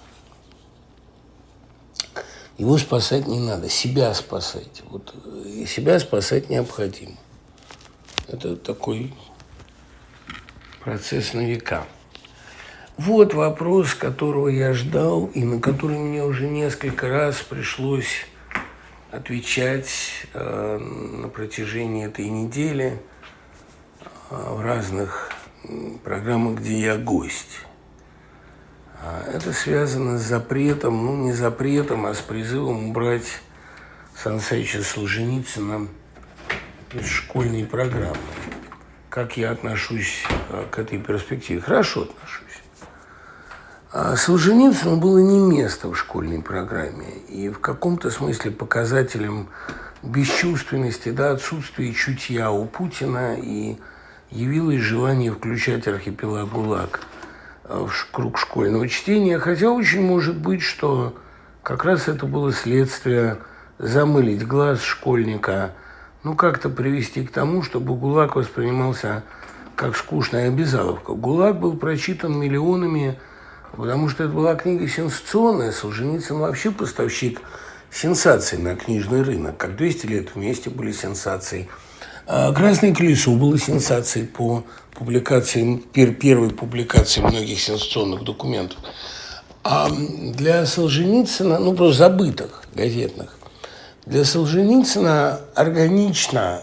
Speaker 2: его спасать не надо, себя спасать. Вот, и себя спасать необходимо. Это такой процесс на века. Вот вопрос, которого я ждал, и на который мне уже несколько раз пришлось отвечать на протяжении этой недели в разных программах, где я гость. Это связано с запретом, ну не запретом, а с призывом убрать Сан Саныча Солженицына из школьной программы. Как я отношусь к этой перспективе? Хорошо отношусь. Солженицыну было не место в школьной программе, и в каком-то смысле показателем бесчувственности, да, отсутствия чутья у Путина и явилось желание включать архипелаг ГУЛАГ в круг школьного чтения, хотя очень может быть, что как раз это было следствие замылить глаз школьника, ну как-то привести к тому, чтобы ГУЛАГ воспринимался как скучная обязаловка. ГУЛАГ был прочитан миллионами, потому что это была книга сенсационная. Солженицын вообще поставщик сенсаций на книжный рынок, как 200 лет вместе были сенсацией. «Красное колесо» было сенсацией по публикациям, первой публикации многих сенсационных документов. А для Солженицына, ну просто забытых, газетных, для Солженицына органично,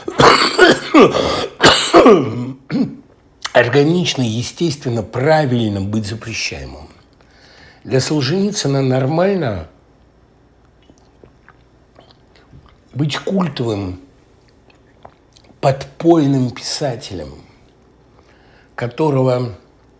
Speaker 2: естественно, правильно быть запрещаемым. Для Солженицына нормально быть культовым, подпольным писателем, которого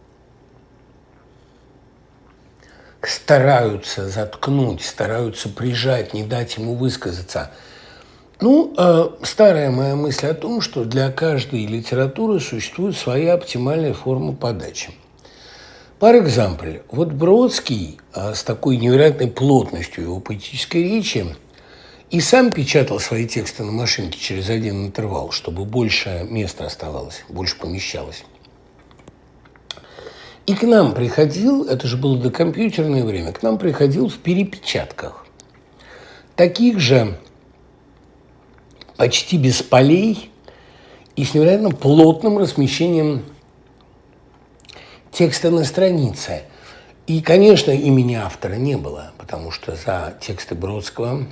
Speaker 2: стараются заткнуть, стараются прижать, не дать ему высказаться. Ну, старая моя мысль о том, что для каждой литературы существует своя оптимальная форма подачи. Par exemple, вот Бродский с такой невероятной плотностью его поэтической речи и сам печатал свои тексты на машинке через один интервал, чтобы больше места оставалось, больше помещалось. И к нам приходил, это же было докомпьютерное время, к нам приходил в перепечатках. Таких же почти без полей и с невероятно плотным размещением текста на странице. И, конечно, имени автора не было, потому что за тексты Бродского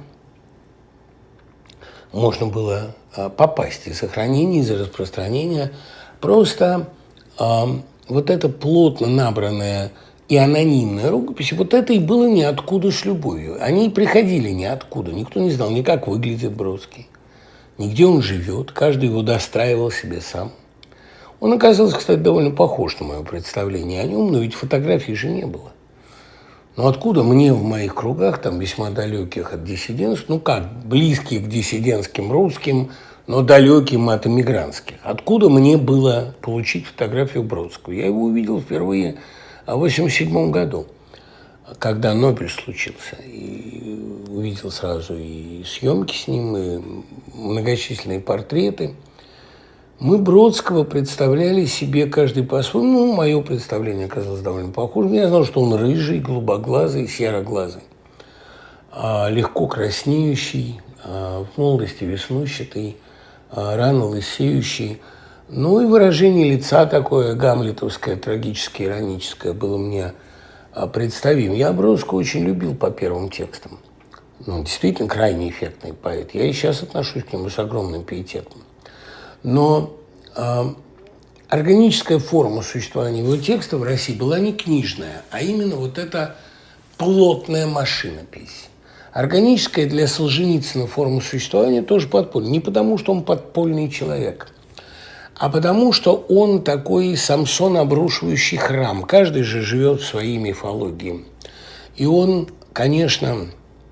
Speaker 2: можно было попасть из сохранения, из распространения, просто вот эта плотно набранная и анонимная рукопись, вот это и было ниоткуда с любовью. Они приходили ниоткуда. Никто не знал ни как выглядит Бродский, ни где он живет. Каждый его достраивал себе сам. Он оказался, кстати, довольно похож на мое представление о нем, но ведь фотографий же не было. Но откуда мне в моих кругах, там весьма далеких от диссидентов, близких к диссидентским русским, но далеким от эмигрантских, откуда мне было получить фотографию Бродского? Я его увидел впервые в 1987 году, когда Нобель случился. И увидел сразу и съемки с ним, и многочисленные портреты. Мы Бродского представляли себе каждый по-своему. Мое представление оказалось довольно похожим. Я знал, что он рыжий, голубоглазый, сероглазый, легко краснеющий, в молодости веснущатый, рано лысеющий. Ну и выражение лица такое гамлетовское, трагическое, ироническое было мне представим. Я Бродского очень любил по первым текстам. Он действительно крайне эффектный поэт. Я и сейчас отношусь к нему с огромным пиететом. Но органическая форма существования его текста в России была не книжная, а именно вот эта плотная машинопись. Органическая для Солженицына форма существования тоже подпольная. Не потому, что он подпольный человек, а потому, что он такой Самсон, обрушивающий храм. Каждый же живет в своей мифологии. И он, конечно,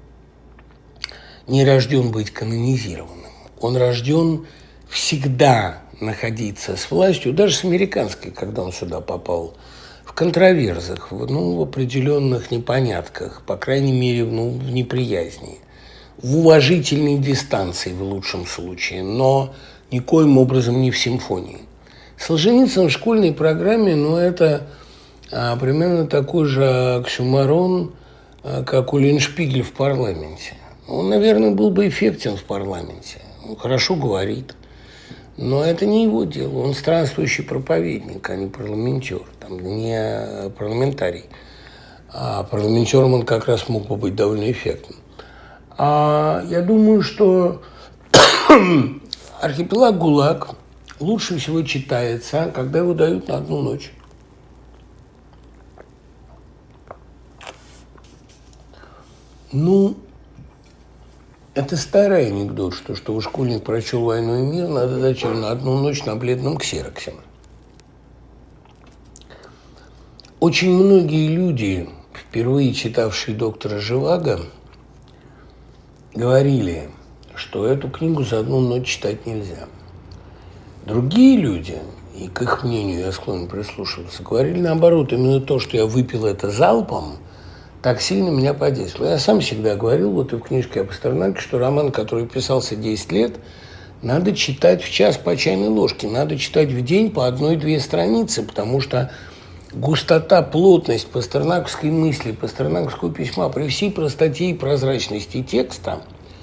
Speaker 2: не рожден быть канонизированным. Он рожден всегда находиться с властью, даже с американской, когда он сюда попал, в контраверзах, в определенных непонятках, по крайней мере, в неприязни, в уважительной дистанции в лучшем случае, но никоим образом не в симфонии. Солженицын в школьной программе, это примерно такой же оксюморон, как Уллиншпигель в парламенте. Он, наверное, был бы эффектен в парламенте. Он хорошо говорит. Но это не его дело. Он странствующий проповедник, а не парламентер, не парламентарий. А парламентером он как раз мог бы быть довольно эффектным. Я думаю, что «Архипелаг ГУЛАГ» лучше всего читается, когда его дают на одну ночь. Это старый анекдот, что школьник прочел «Войну и мир», надо дать ему на одну ночь на бледном ксероксе. Очень многие люди, впервые читавшие доктора Живаго, говорили, что эту книгу за одну ночь читать нельзя. Другие люди, и к их мнению я склонен прислушиваться, говорили наоборот, именно то, что я выпил это залпом, так сильно меня подействовало. Я сам всегда говорил, и в книжке о Пастернаке, что роман, который писался 10 лет, надо читать в час по чайной ложке, надо читать в день по 1-2 страницы, потому что густота, плотность пастернаковской мысли, пастернаковского письма при всей простоте и прозрачности текста,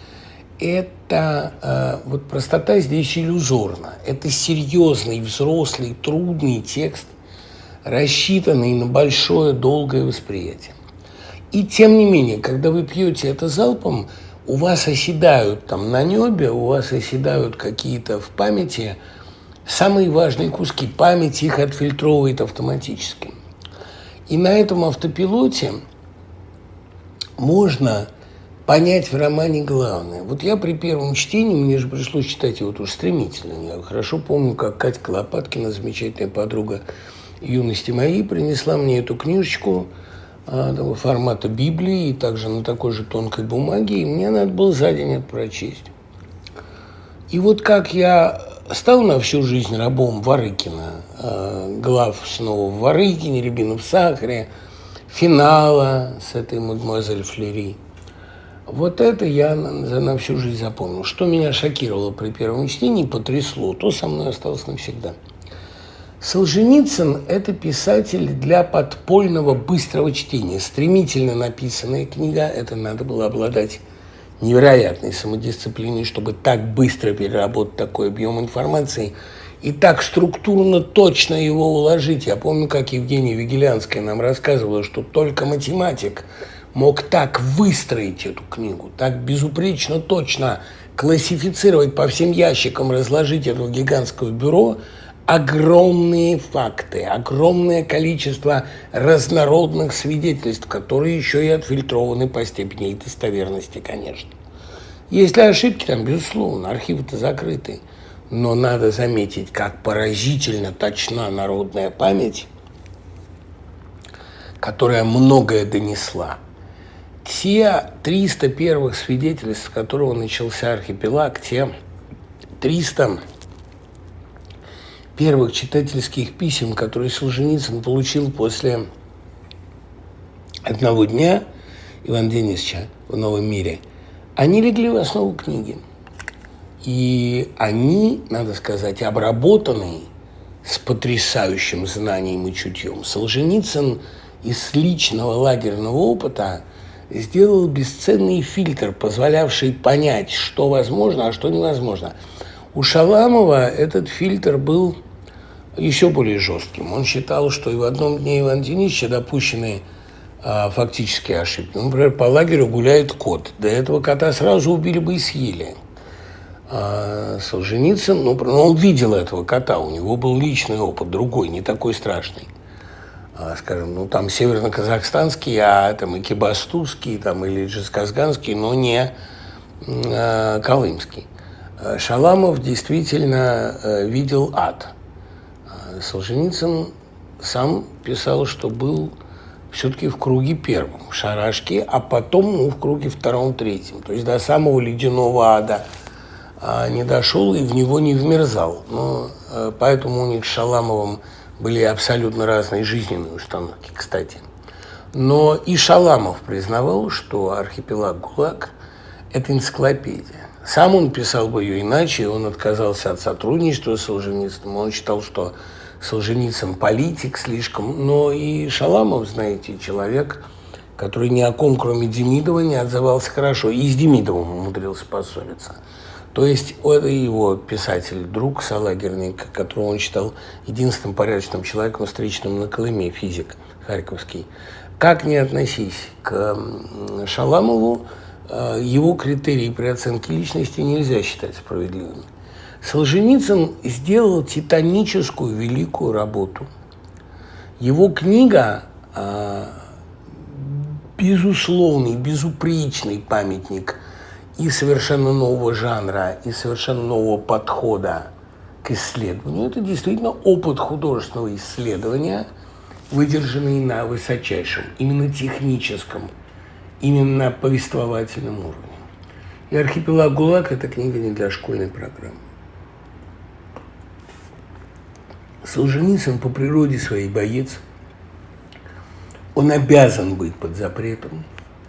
Speaker 2: это простота здесь иллюзорна. Это серьезный, взрослый, трудный текст, рассчитанный на большое, долгое восприятие. И тем не менее, когда вы пьете это залпом, у вас оседают на небе, у вас оседают какие-то в памяти самые важные куски. Память их отфильтровывает автоматически. И на этом автопилоте можно понять в романе главное. Я при первом чтении, мне же пришлось читать его тоже стремительно. Я хорошо помню, как Катька Лопаткина, замечательная подруга юности моей, принесла мне эту книжечку формата Библии, и также на такой же тонкой бумаге, и мне надо было за день это прочесть. И как я стал на всю жизнь рабом Варыкина, глав снова в Варыкине, Рябина в сахаре, финала с этой мадемуазель Флери, это я на всю жизнь запомнил. Что меня шокировало при первом чтении, потрясло, то со мной осталось навсегда. Солженицын – это писатель для подпольного быстрого чтения. Стремительно написанная книга, это надо было обладать невероятной самодисциплиной, чтобы так быстро переработать такой объем информации и так структурно точно его уложить. Я помню, как Евгения Вигелянская нам рассказывала, что только математик мог так выстроить эту книгу, так безупречно точно классифицировать по всем ящикам, разложить это гигантское бюро, огромные факты, огромное количество разнородных свидетельств, которые еще и отфильтрованы по степени их достоверности, конечно. Есть ли ошибки там, безусловно, архивы-то закрыты. Но надо заметить, как поразительно точна народная память, которая многое донесла. Те 300 первых свидетельств, с которого начался архипелаг, те 300 первых читательских писем, которые Солженицын получил после одного дня Ивана Денисовича в «Новом мире», они легли в основу книги. И они, надо сказать, обработаны с потрясающим знанием и чутьем. Солженицын из личного лагерного опыта сделал бесценный фильтр, позволявший понять, что возможно, а что невозможно. У Шаламова этот фильтр был еще более жестким. Он считал, что и в одном дне Ивана Денисовича допущены фактические ошибки. Например, по лагерю гуляет кот. До этого кота сразу убили бы и съели. Солженицын, он видел этого кота, у него был личный опыт, другой, не такой страшный. Скажем, там северно-казахстанский, а там экибастузский, там, или джизказганский, но не колымский. Шаламов действительно видел ад. Солженицын сам писал, что был все-таки в круге первом, в шарашке, а потом в круге втором, третьем. То есть до самого ледяного ада не дошел и в него не вмерзал. Но поэтому у них с Шаламовым были абсолютно разные жизненные установки, кстати. Но и Шаламов признавал, что архипелаг ГУЛАГ – это энциклопедия. Сам он писал бы ее иначе, он отказался от сотрудничества с Солженицыным, он считал, что Солженицын политик слишком, но и Шаламов, знаете, человек, который ни о ком, кроме Демидова, не отзывался хорошо, и с Демидовым умудрился поссориться. То есть это его писатель, друг солагерник, которого он считал единственным порядочным человеком, встреченным на Колыме, физик харьковский. Как ни относись к Шаламову, его критерии при оценке личности нельзя считать справедливыми. Солженицын сделал титаническую великую работу. Его книга безусловный, безупречный памятник и совершенно нового жанра, и совершенно нового подхода к исследованию. Это действительно опыт художественного исследования, выдержанный на высочайшем, именно техническом, именно повествовательном уровне. И «Архипелаг ГУЛАГ» – это книга не для школьной программы. Солженицын по природе своей боец. Он обязан быть под запретом.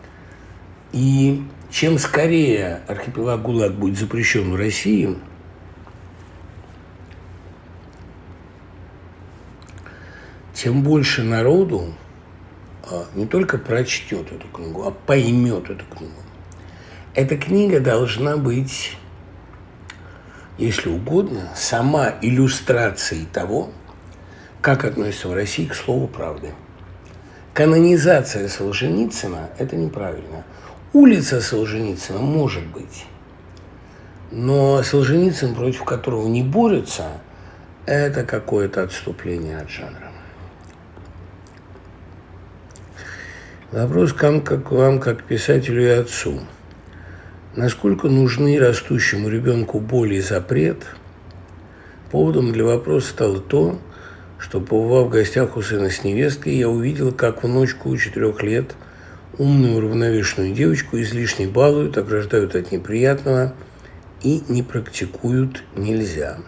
Speaker 2: И чем скорее архипелаг ГУЛАГ будет запрещен в России, тем больше народу не только прочтет эту книгу, а поймет эту книгу. Эта книга должна быть, если угодно, сама иллюстрацией того, как относится в России к слову правды. Канонизация Солженицына – это неправильно. Улица Солженицына может быть, но Солженицын, против которого не борются, это какое-то отступление от жанра. Вопрос к вам, как писателю и отцу. Насколько нужны растущему ребенку боль и запрет? Поводом для вопроса стало то, что, побывав в гостях у сына с невесткой, я увидел, как внучку 4 лет, умную уравновешенную девочку, излишне балуют, ограждают от неприятного и не практикуют нельзя.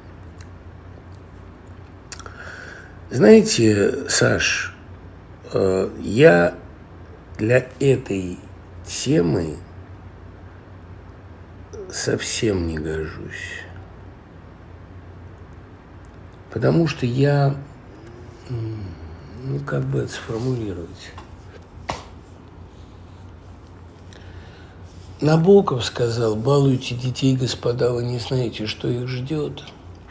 Speaker 2: Знаете, Саш, я для этой темы совсем не гожусь. Потому что я, как бы это сформулировать? Набоков сказал: балуйте детей, господа, вы не знаете, что их ждет.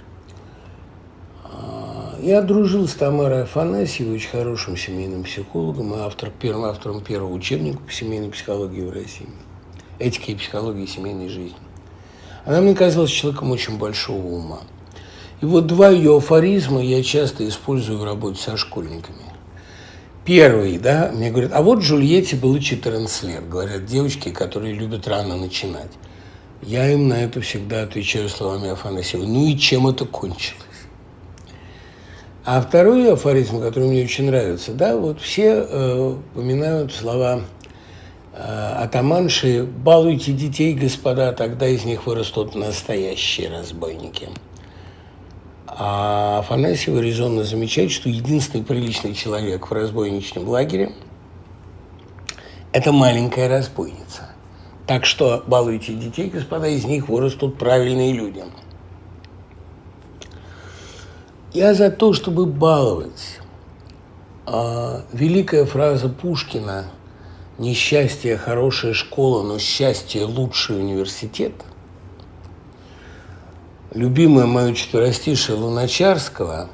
Speaker 2: Я дружил с Тамарой Афанасьевой, очень хорошим семейным психологом и первым автором первого учебника по семейной психологии в России. Этика и психология семейной жизни. Она мне казалась человеком очень большого ума. И вот два ее афоризма я часто использую в работе со школьниками. Первый, да, мне говорят, а вот Джульетте было 14 лет, говорят девочки, которые любят рано начинать. Я им на это всегда отвечаю словами Афанасьева. Ну и чем это кончилось? А второй афоризм, который мне очень нравится, да, вот все упоминают слова атаманши: «Балуйте детей, господа, тогда из них вырастут настоящие разбойники». А Афанасьева резонно замечает, что единственный приличный человек в разбойничном лагере – это маленькая разбойница. Так что балуйте детей, господа, из них вырастут правильные люди. Я за то, чтобы баловать. Великая фраза Пушкина «Несчастье – хорошая школа, но счастье – лучший университет». Любимое мое четверостишее Луначарского: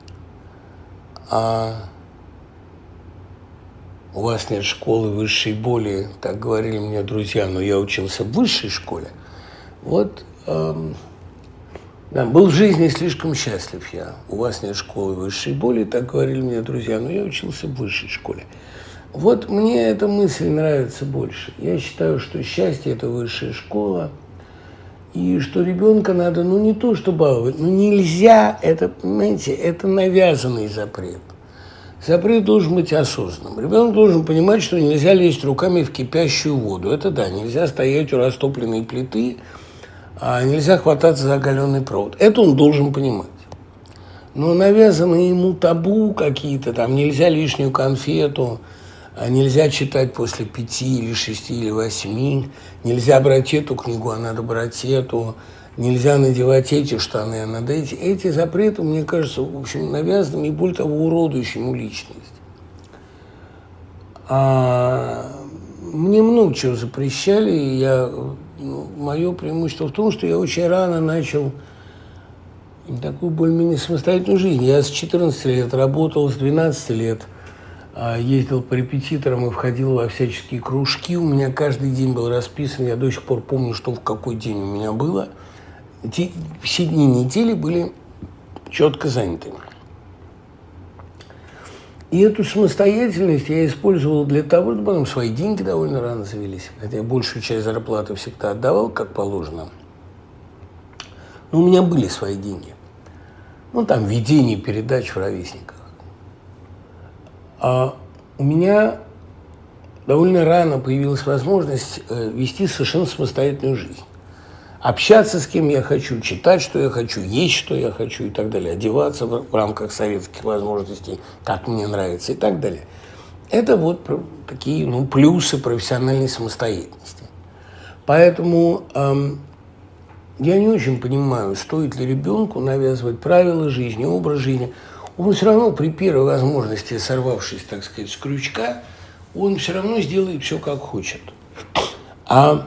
Speaker 2: «У вас нет школы высшей боли», так говорили мне друзья, но я учился в высшей школе. Вот, да, был в жизни слишком счастлив я. У вас нет школы высшей боли, так говорили мне друзья, но я учился в высшей школе. Вот мне эта мысль нравится больше. Я считаю, что счастье – это высшая школа, и что ребенка надо, ну, не то что баловать, но нельзя, это, понимаете, это навязанный запрет. Запрет должен быть осознанным. Ребенок должен понимать, что нельзя лезть руками в кипящую воду. Это да, нельзя стоять у растопленной плиты, а нельзя хвататься за оголенный провод. Это он должен понимать. Но навязанные ему табу какие-то, там нельзя лишнюю конфету, нельзя читать после 5 или 6 или 8, нельзя брать эту книгу, а надо брать эту, нельзя надевать эти штаны, а надо эти. Эти запреты, мне кажется, в общем, навязанными и, более того, уродующими личность. Мне много чего запрещали, и мое преимущество в том, что я очень рано начал такую более-менее самостоятельную жизнь. Я с 14 лет работал, с 12 лет ездил по репетиторам и входил во всяческие кружки. У меня каждый день был расписан. Я до сих пор помню, что в какой день у меня было. Все дни недели были четко заняты. И эту самостоятельность я использовал для того, чтобы потом свои деньги довольно рано завелись. Хотя я большую часть зарплаты всегда отдавал, как положено. Но у меня были свои деньги. Ну, там, ведение передач в «Ровесниках». А у меня довольно рано появилась возможность вести совершенно самостоятельную жизнь. Общаться с кем я хочу, читать, что я хочу, есть, что я хочу и так далее, одеваться в рамках советских возможностей, как мне нравится и так далее. Это вот такие плюсы профессиональной самостоятельности. Поэтому я не очень понимаю, стоит ли ребенку навязывать правила жизни, образ жизни. Он все равно при первой возможности, сорвавшись, так сказать, с крючка, он все равно сделает все, как хочет. А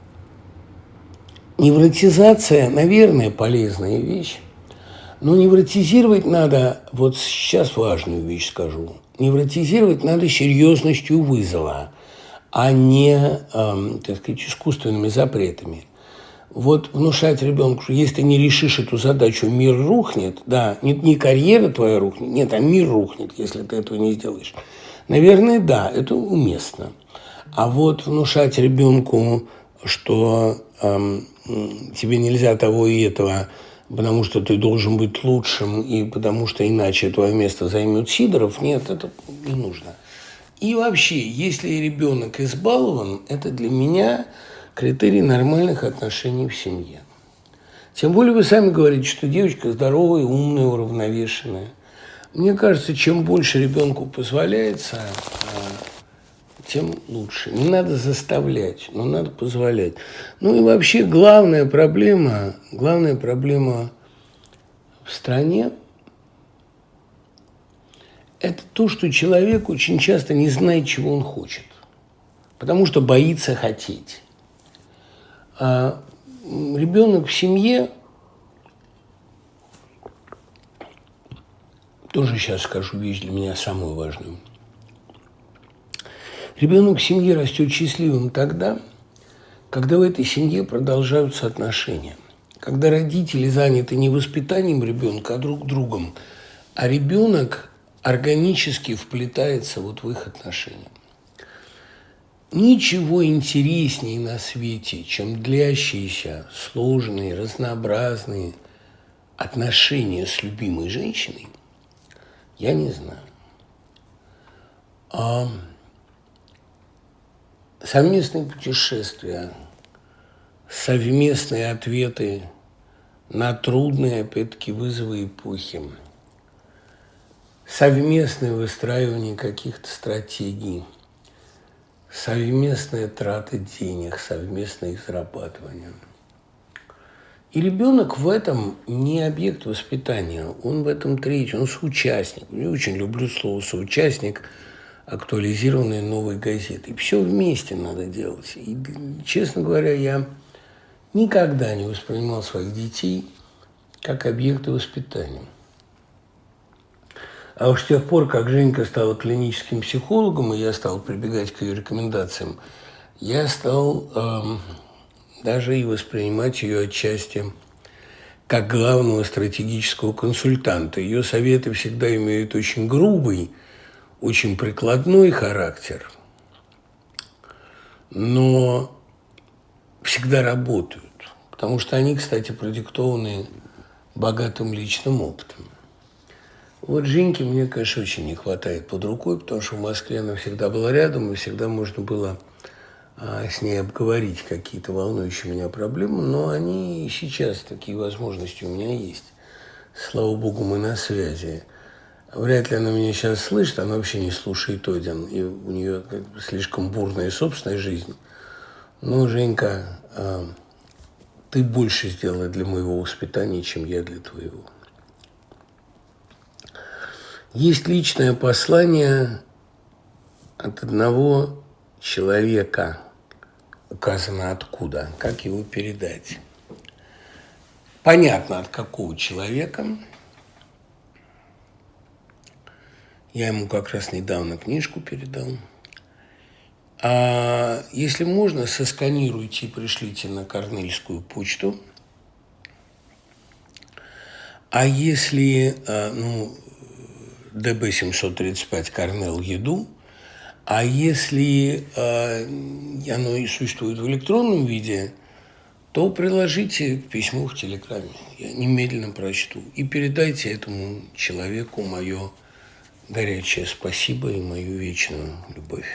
Speaker 2: невротизация, наверное, полезная вещь, но невротизировать надо, вот сейчас важную вещь скажу, невротизировать надо серьезностью вызова, а не, так сказать, искусственными запретами. Вот внушать ребенку, что если ты не решишь эту задачу, мир рухнет, да, не карьера твоя рухнет, нет, а мир рухнет, если ты этого не сделаешь. Наверное, да, это уместно. А вот внушать ребенку, что тебе нельзя того и этого, потому что ты должен быть лучшим, и потому что иначе твое место займет Сидоров, нет, это не нужно. И вообще, если ребенок избалован, это для меня критерий нормальных отношений в семье. Тем более вы сами говорите, что девочка здоровая, умная, уравновешенная. Мне кажется, чем больше ребенку позволяется, тем лучше. Не надо заставлять, но надо позволять. Ну и вообще главная проблема в стране – это то, что человек очень часто не знает, чего он хочет, потому что боится хотеть. А ребенок в семье, тоже сейчас скажу вещь для меня самую важную. Ребенок в семье растет счастливым тогда, когда в этой семье продолжаются отношения. когда родители заняты не воспитанием ребенка, а друг другом, а ребенок органически вплетается вот в их отношения. Ничего интереснее на свете, чем длящиеся, сложные, разнообразные отношения с любимой женщиной, я не знаю. А совместные путешествия, совместные ответы на трудные, опять-таки, вызовы эпохи, совместное выстраивание каких-то стратегий, совместная трата денег, совместное их зарабатывание. И ребенок в этом не объект воспитания, он в этом третий, он соучастник. Я очень люблю слово «соучастник», актуализированной новой газеты. И все вместе надо делать. И, честно говоря, я никогда не воспринимал своих детей как объекты воспитания. А уж с тех пор, как Женька стала клиническим психологом, и я стал прибегать к ее рекомендациям, я стал даже и воспринимать ее отчасти как главного стратегического консультанта. Ее советы всегда имеют очень грубый, очень прикладной характер, но всегда работают, потому что они, кстати, продиктованы богатым личным опытом. Вот Женьке мне, конечно, очень не хватает под рукой, потому что в Москве она всегда была рядом, и всегда можно было с ней обговорить какие-то волнующие меня проблемы, но они и сейчас, такие возможности у меня есть. Слава богу, мы на связи. Вряд ли она меня сейчас слышит, она вообще не слушает Один, и у нее слишком бурная собственная жизнь. Но, Женька, ты больше сделала для моего воспитания, чем я для твоего. Есть личное послание от одного человека, указано откуда, как его передать. Понятно, от какого человека. Я ему как раз недавно книжку передал. А если можно, сосканируйте и пришлите на Корнельскую почту. А если, ДБ 735 Корнел Еду, а если оно и существует в электронном виде, то приложите к письму в Телеграме. Я немедленно прочту. И передайте этому человеку мое горячее спасибо и мою вечную любовь.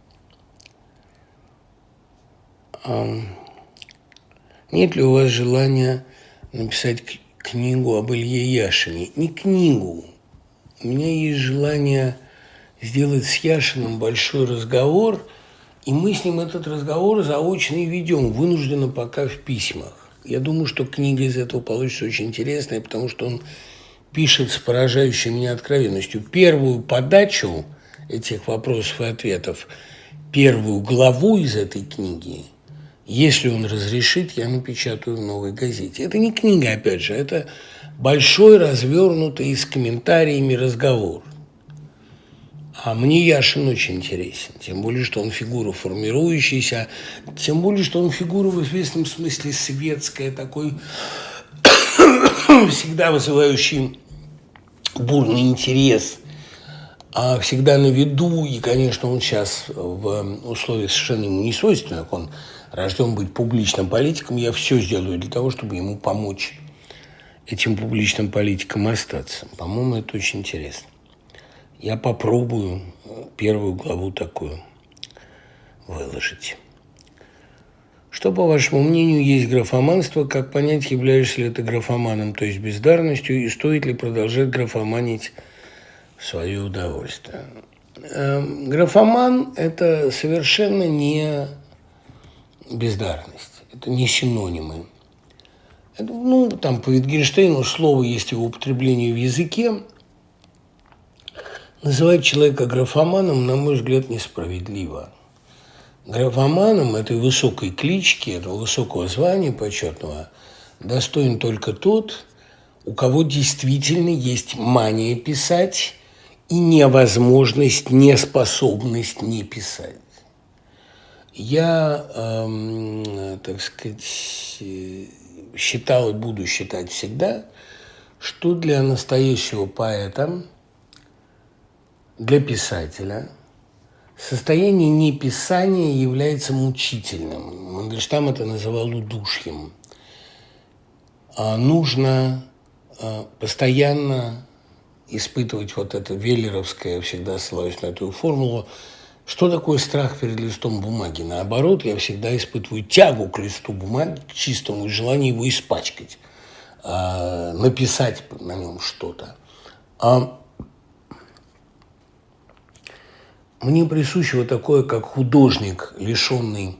Speaker 2: Нет ли у вас желания написать книгу об Илье Яшине? Не книгу. У меня есть желание сделать с Яшиным большой разговор, и мы с ним этот разговор заочно и ведем, вынужденно пока в письмах. Я думаю, что книга из этого получится очень интересная, потому что он пишет с поражающей меня откровенностью. Первую подачу этих вопросов и ответов, первую главу из этой книги, если он разрешит, я напечатаю в «Новой газете». Это не книга, опять же, это большой, развернутый с комментариями разговор. А мне Яшин очень интересен, тем более, что он фигура формирующаяся, тем более, что он фигура в известном смысле светская, такой всегда вызывающий бурный интерес, а всегда на виду, и, конечно, он сейчас в условиях совершенно ему не свойственных, он рожден быть публичным политиком, я все сделаю для того, чтобы ему помочь этим публичным политикам остаться. По-моему, это очень интересно. Я попробую первую главу такую выложить. Что, по вашему мнению, есть графоманство? Как понять, являешься ли ты графоманом, то есть бездарностью, и стоит ли продолжать графоманить в свое удовольствие? Графоман – это совершенно не бездарность, это не синонимы. Это, там по Витгенштейну слово есть его употребление в языке. Называть человека графоманом, на мой взгляд, несправедливо. Графоманом этой высокой клички, этого высокого звания почетного, достоин только тот, у кого действительно есть мания писать и невозможность, неспособность не писать. Я, так сказать, считал и буду считать всегда, что для настоящего поэта, для писателя, состояние неписания является мучительным. Мандельштам это называл удушьем. Нужно постоянно испытывать вот это веллеровское, всегда ссылаюсь на эту формулу, что такое страх перед листом бумаги. Наоборот, я всегда испытываю тягу к листу бумаги, к чистому, и желание его испачкать, написать на нем что-то. Мне присуще вот такое, как художник, лишенный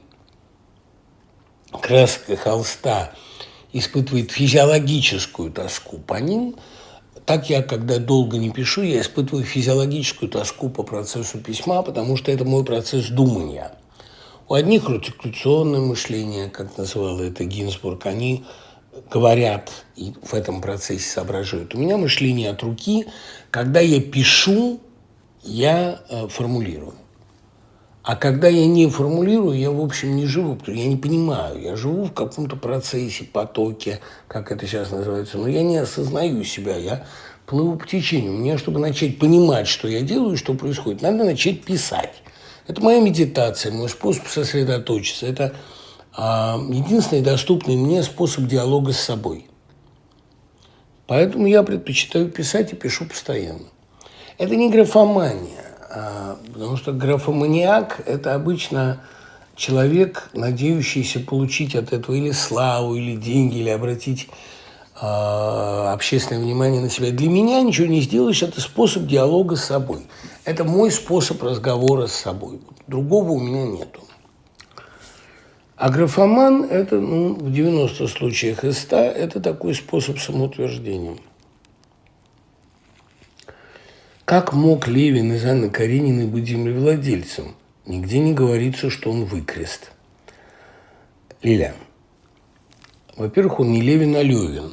Speaker 2: краски холста, испытывает физиологическую тоску по ним. Так я, когда долго не пишу, я испытываю физиологическую тоску по процессу письма, потому что это мой процесс думания. У одних артикуляционное мышление, как называл это Гинзбург, они говорят и в этом процессе соображают. У меня мышление от руки. Когда я пишу, я формулирую. А когда я не формулирую, я, в общем, не живу, потому что я не понимаю. Я живу в каком-то процессе, потоке, как это сейчас называется, но я не осознаю себя, я плыву по течению. Мне, чтобы начать понимать, что я делаю, что происходит, надо начать писать. Это моя медитация, мой способ сосредоточиться. Это единственный доступный мне способ диалога с собой. Поэтому я предпочитаю писать и пишу постоянно. Это не графомания. Потому что графоманиак – это обычно человек, надеющийся получить от этого или славу, или деньги, или обратить общественное внимание на себя. Для меня ничего не сделаешь – это способ диалога с собой. Это мой способ разговора с собой. Другого у меня нету. А графоман – это, в 90 случаях из 100 – это такой способ самоутверждения. Как мог Левин из Анны Карениной быть землевладельцем? Нигде не говорится, что он выкрест. Лиля. Во-первых, он не Левин, а Левин.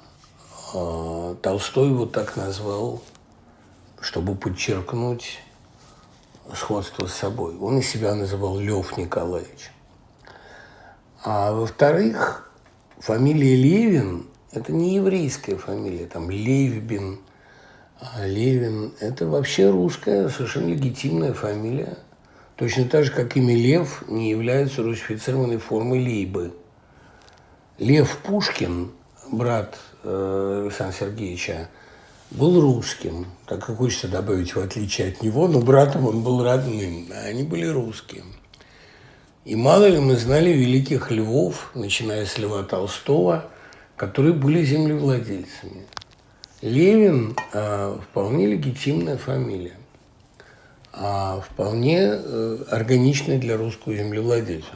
Speaker 2: Толстой его так назвал, чтобы подчеркнуть сходство с собой. Он и себя называл Лев Николаевич. А во-вторых, фамилия Левин – это не еврейская фамилия, там Левбин. Левин – это вообще русская, совершенно легитимная фамилия. Точно так же, как имя Лев не является русифицированной формой Лейбы. Лев Пушкин, брат Александра Сергеевича, был русским. Так как хочется добавить, в отличие от него, но братом он был родным, а они были русские. И мало ли мы знали великих львов, начиная с Льва Толстого, которые были землевладельцами. Левин вполне легитимная фамилия, вполне органичная для русского землевладельца.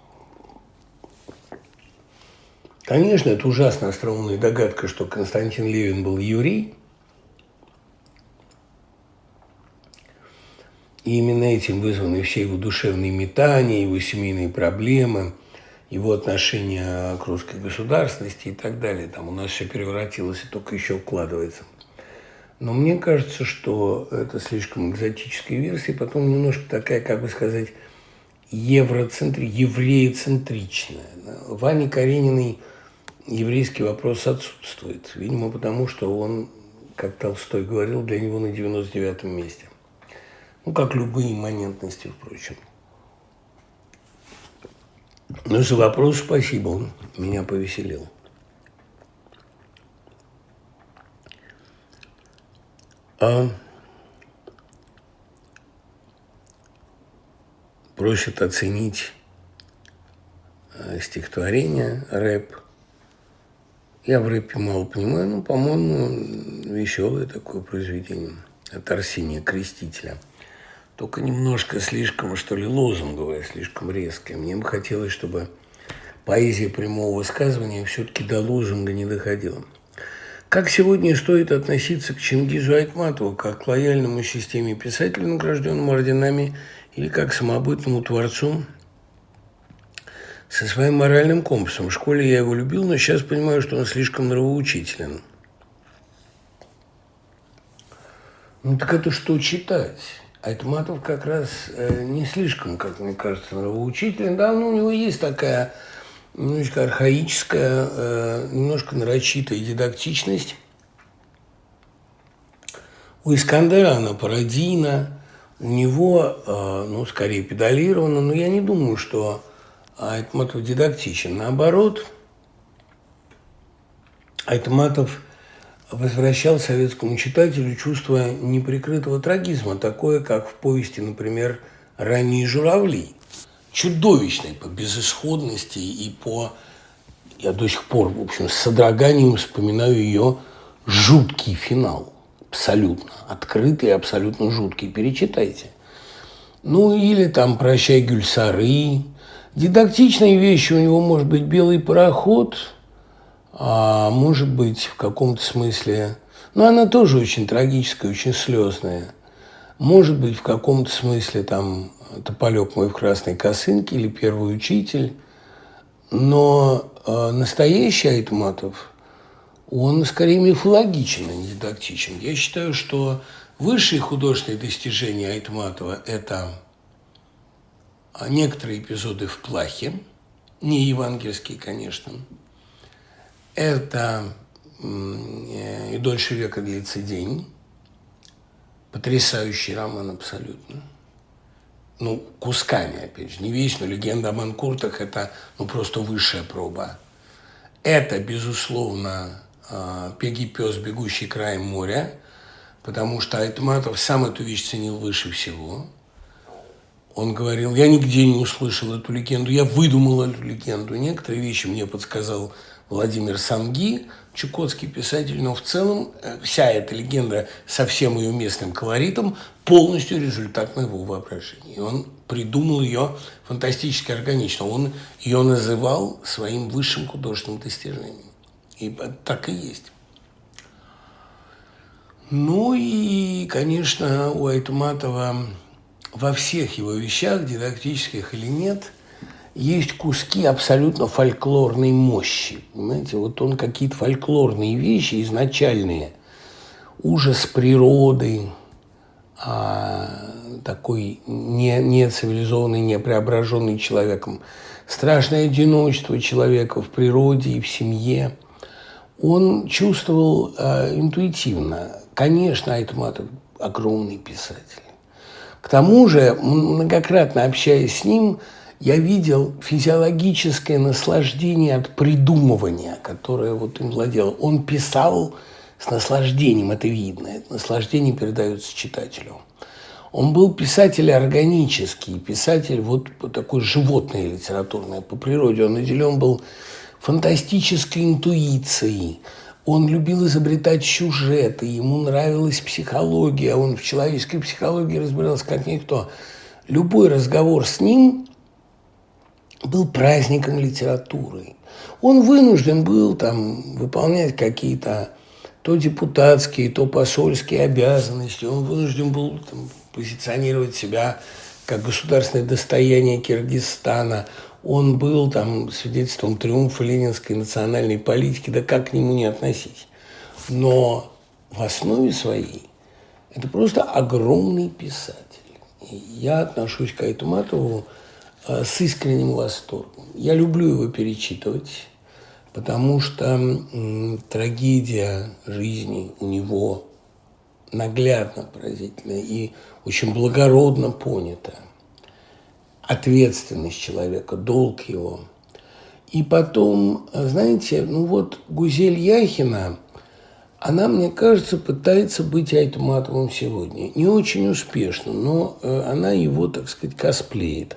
Speaker 2: Конечно, это ужасно остроумная догадка, что Константин Левин был еврей. И именно этим вызваны все его душевные метания, его семейные проблемы, его отношение к русской государственности и так далее. Там у нас все превратилось и только еще укладывается. Но мне кажется, что это слишком экзотическая версия, потом немножко такая, как бы сказать, евреецентричная. В Анне Карениной еврейский вопрос отсутствует. Видимо, потому что он, как Толстой говорил, для него на 99-м месте. Как любые имманентности, впрочем. Ну, за вопрос спасибо, он меня повеселил. Просят оценить стихотворение, рэп. Я в рэпе мало понимаю, но, по-моему, веселое такое произведение от Арсения Крестителя. Только немножко слишком, что ли, лозунговое, слишком резкое. Мне бы хотелось, чтобы поэзия прямого высказывания все-таки до лозунга не доходила. Как сегодня стоит относиться к Чингизу Айтматову, как к лояльному системе писателю, награжденному орденами, или как к самобытному творцу со своим моральным компасом? В школе я его любил, но сейчас понимаю, что он слишком нравоучителен. Так это что читать? Айтматов как раз не слишком, как мне кажется, нравоучителен. Да, у него есть такая немножечко архаическая, немножко нарочитая дидактичность. У Искандера она пародийна, у него, скорее педалирована, но я не думаю, что Айтматов дидактичен. Наоборот, Айтматов возвращал советскому читателю чувство неприкрытого трагизма, такое, как в повести, например, «Ранние журавли», чудовищной по безысходности и по... Я до сих пор, в общем, с содроганием вспоминаю ее жуткий финал. Абсолютно открытый, абсолютно жуткий. Перечитайте. Или там «Прощай, Гюльсары». Дидактичные вещи у него, может быть, «Белый пароход», а может быть, в каком-то смысле... она тоже очень трагическая, очень слезная. Может быть, в каком-то смысле там «Тополек мой в красной косынке» или «Первый учитель». Но настоящий Айтматов, он скорее мифологичен, а не дидактичен. Я считаю, что высшие художественные достижения Айтматова – это некоторые эпизоды в «Плахе», не евангельские, конечно. Это «И дольше века длится день». Потрясающий роман абсолютно. Кусками, опять же. Не весь, но «Легенда о манкуртах» – это просто высшая проба. Это, безусловно, «Пегий пес, бегущий краем моря», потому что Айтматов сам эту вещь ценил выше всего. Он говорил: я нигде не услышал эту легенду, я выдумал эту легенду. Некоторые вещи мне подсказал Владимир Санги, чукотский писатель, но в целом вся эта легенда со всем ее местным колоритом полностью результат моего воображения. И он придумал ее фантастически органично. Он ее называл своим высшим художественным достижением. И так и есть. И, конечно, у Айтматова во всех его вещах, дидактических или нет, есть куски абсолютно фольклорной мощи. Понимаете, он какие-то фольклорные вещи изначальные. Ужас природы, такой не цивилизованный, не преображенный человеком. Страшное одиночество человека в природе и в семье. Он чувствовал интуитивно. Конечно, Айтматов огромный писатель. К тому же, многократно общаясь с ним, я видел физиологическое наслаждение от придумывания, которое им владело. Он писал с наслаждением, это видно. Это наслаждение передается читателю. Он был писатель органический, писатель такой животное литературное по природе. Он наделен был фантастической интуицией. Он любил изобретать сюжеты, ему нравилась психология, он в человеческой психологии разбирался как никто. Любой разговор с ним был праздником литературы. Он вынужден был выполнять какие-то то депутатские, то посольские обязанности. Он вынужден был позиционировать себя как государственное достояние Киргизстана. Он был свидетельством триумфа ленинской национальной политики, да как к нему не относись. Но в основе своей это просто огромный писатель. И я отношусь к Айтматову с искренним восторгом. Я люблю его перечитывать, потому что трагедия жизни у него наглядно поразительная и очень благородно понята. Ответственность человека, долг его. И потом, знаете, Гузель Яхина, она, мне кажется, пытается быть Айтматовым сегодня. Не очень успешно, но она его, так сказать, косплеит.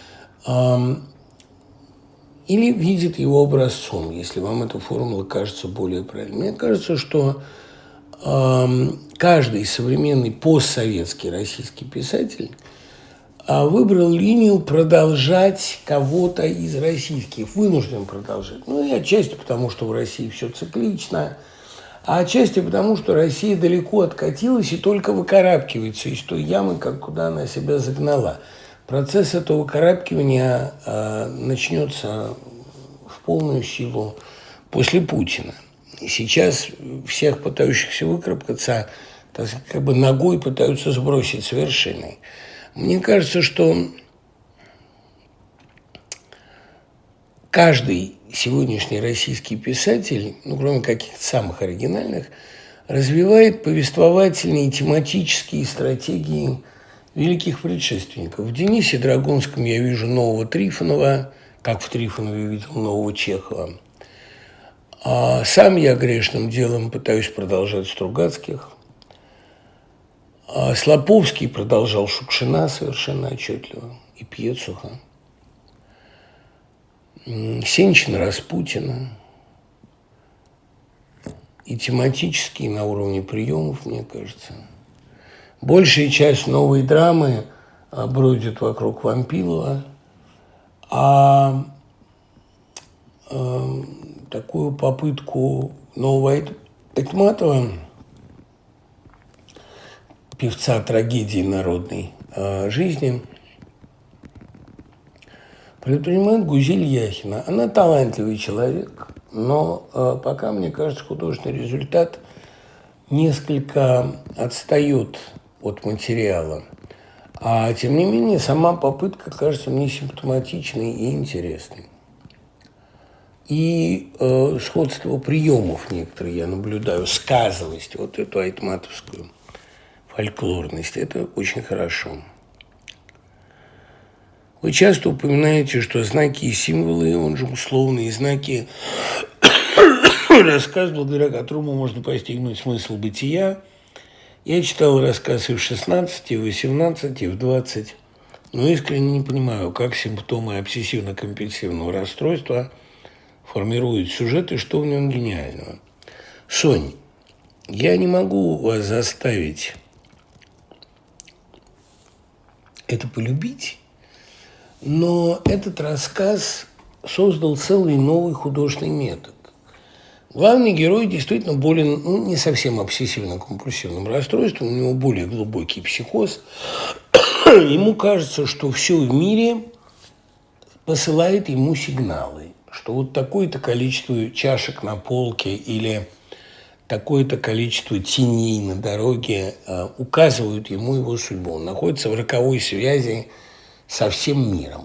Speaker 2: Или видит его образцом, если вам эта формула кажется более правильной. Мне кажется, что каждый современный постсоветский российский писатель выбрал линию продолжать кого-то из российских, вынужден продолжать. И отчасти потому, что в России все циклично, а отчасти потому, что Россия далеко откатилась и только выкарабкивается из той ямы, куда она себя загнала. Процесс этого выкарабкивания начнется в полную силу после Путина. И сейчас всех пытающихся выкарабкаться, ногой пытаются сбросить с вершины. Мне кажется, что каждый сегодняшний российский писатель, кроме каких-то самых оригинальных, развивает повествовательные и тематические стратегии великих предшественников. В Денисе Драгунском я вижу нового Трифонова, как в Трифонове видел нового Чехова. А сам я грешным делом пытаюсь продолжать Стругацких. А Слоповский продолжал Шукшина совершенно отчетливо и Пьецуха. Сенчин Распутина. И тематически, и на уровне приемов, мне кажется. Большая часть новой драмы бродит вокруг Вампилова, а такую попытку нового Айтматова, певца трагедии народной жизни, предпринимает Гузель Яхина. Она талантливый человек, но пока, мне кажется, художественный результат несколько отстает от материала. А тем не менее, сама попытка кажется мне симптоматичной и интересной. И сходство приемов некоторые я наблюдаю, сказовость, вот эту айтматовскую фольклорность. Это очень хорошо. Вы часто упоминаете, что знаки и символы, он же условные знаки, рассказ, благодаря которому можно постигнуть смысл бытия. Я читал рассказы в 16, в 18, в 20, но искренне не понимаю, как симптомы обсессивно-компульсивного расстройства формируют сюжет и что в нем гениального. Сонь, я не могу вас заставить это полюбить, но этот рассказ создал целый новый художественный метод. Главный герой действительно болен, не совсем обсессивно-компульсивным расстройством, у него более глубокий психоз. Ему кажется, что все в мире посылает ему сигналы, что вот такое-то количество чашек на полке или такое-то количество теней на дороге указывают ему его судьбу. Он находится в роковой связи со всем миром.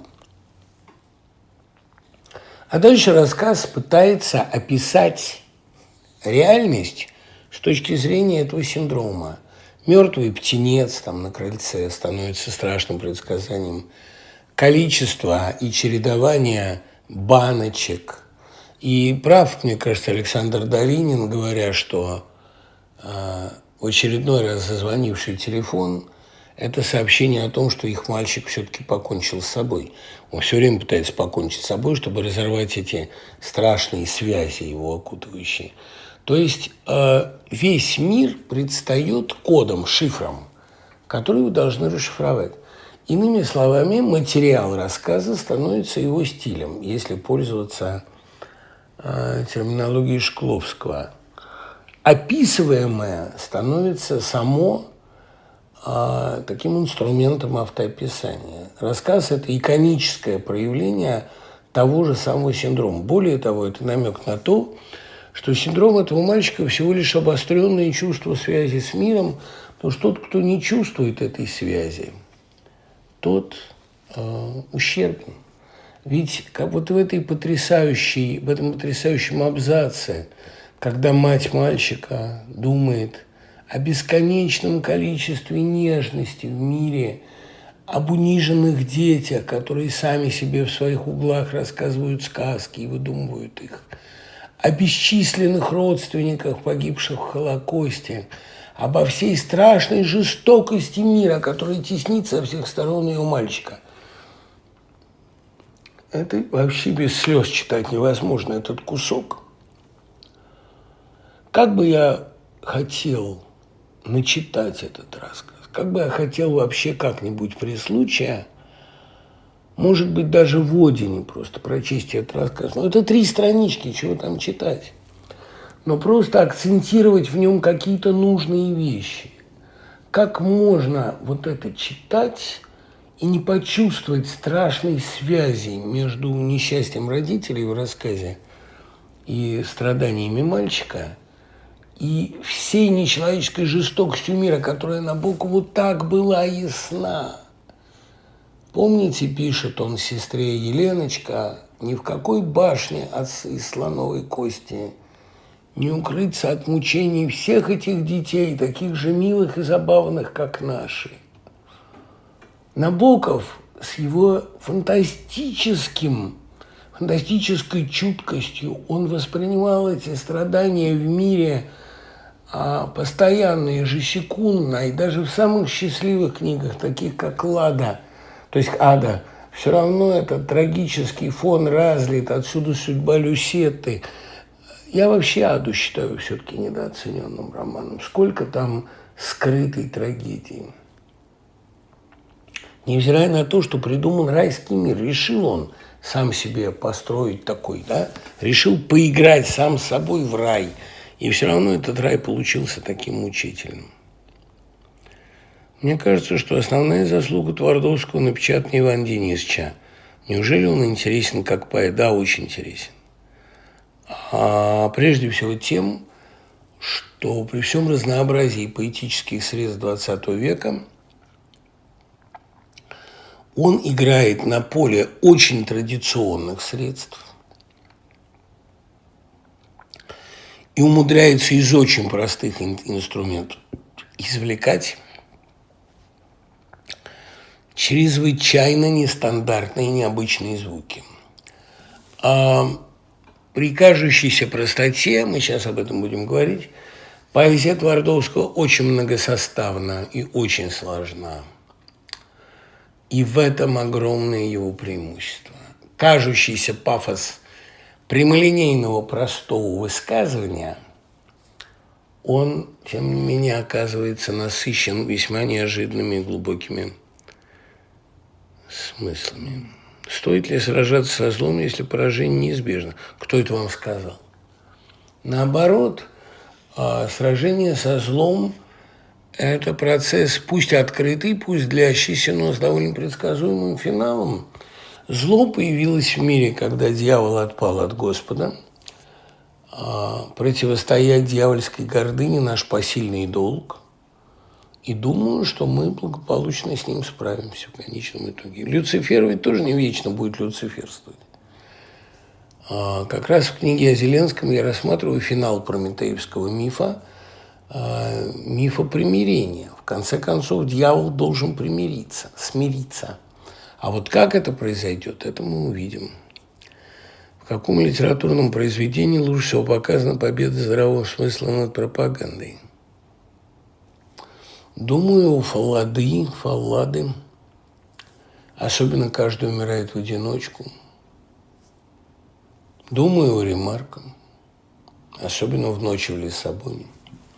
Speaker 2: А дальше рассказ пытается описать реальность с точки зрения этого синдрома. Мертвый птенец там на крыльце становится страшным предсказанием. Количество и чередование баночек. И прав, мне кажется, Александр Долинин, говоря, что в очередной раз зазвонивший телефон – это сообщение о том, что их мальчик все-таки покончил с собой. Он все время пытается покончить с собой, чтобы разорвать эти страшные связи, его окутывающие. То есть весь мир предстает кодом, шифром, который вы должны расшифровать. Иными словами, материал рассказа становится его стилем, если пользоваться терминологией Шкловского. Описываемое становится само таким инструментом автоописания. Рассказ – это иконическое проявление того же самого синдрома. Более того, это намек на то, что синдром этого мальчика всего лишь обостренное чувство связи с миром, потому что тот, кто не чувствует этой связи, тот ущербен. Ведь как вот в этом потрясающем абзаце, когда мать мальчика думает о бесконечном количестве нежности в мире, об униженных детях, которые сами себе в своих углах рассказывают сказки и выдумывают их, о бесчисленных родственниках, погибших в Холокосте, обо всей страшной жестокости мира, которая теснит со всех сторон ее мальчика. Это вообще без слез читать невозможно, этот кусок. Как бы я хотел начитать этот рассказ, как бы я хотел вообще как-нибудь при случае, может быть, даже в Одине просто прочесть этот рассказ. Но это 3 странички, чего там читать. Но просто акцентировать в нем какие-то нужные вещи. Как можно вот это читать и не почувствовать страшной связи между несчастьем родителей в рассказе и страданиями мальчика, и всей нечеловеческой жестокостью мира, которая Набокову так была ясна. Помните, пишет он сестре Еленочка, ни в какой башне из слоновой кости не укрыться от мучений всех этих детей, таких же милых и забавных, как наши. Набоков с его фантастической чуткостью, он воспринимал эти страдания в мире постоянно, ежесекундно, и даже в самых счастливых книгах, таких как «Лада», то есть «Ада», все равно этот трагический фон разлит, отсюда судьба Люсетты. Я вообще «Аду» считаю все-таки недооцененным романом. Сколько там скрытой трагедии. Невзирая на то, что придуман райский мир, решил он сам себе построить такой, да, решил поиграть сам с собой в рай. И все равно этот рай получился таким мучительным. Мне кажется, что основная заслуга Твардовского — напечатание Ивана Денисовича. Неужели он интересен как поэт? Да, очень интересен. А прежде всего тем, что при всем разнообразии поэтических средств XX века он играет на поле очень традиционных средств и умудряется из очень простых инструментов извлекать чрезвычайно нестандартные и необычные звуки. При кажущейся простоте, мы сейчас об этом будем говорить, поэзия Твардовского очень многосоставна и очень сложна. И в этом огромное его преимущество. Кажущийся пафос прямолинейного простого высказывания, он, тем не менее, оказывается насыщен весьма неожиданными и глубокими смыслами. Стоит ли сражаться со злом, если поражение неизбежно? Кто это вам сказал? Наоборот, сражение со злом – это процесс, пусть открытый, пусть длящийся, но с довольно предсказуемым финалом. Зло появилось в мире, когда дьявол отпал от Господа. Противостоять дьявольской гордыне – наш посильный долг. И думаю, что мы благополучно с ним справимся в конечном итоге. Люцифер ведь тоже не вечно будет люциферствовать. Как раз в книге о Зеленском я рассматриваю финал прометеевского мифа, мифа примирения. В конце концов, дьявол должен примириться, смириться. А вот как это произойдет, это мы увидим. В каком литературном произведении лучше всего показана победа здравого смысла над пропагандой? Думаю, у Фаллады, особенно «Каждый умирает в одиночку». Думаю, у Ремарка, особенно в «Ночи в Лиссабоне».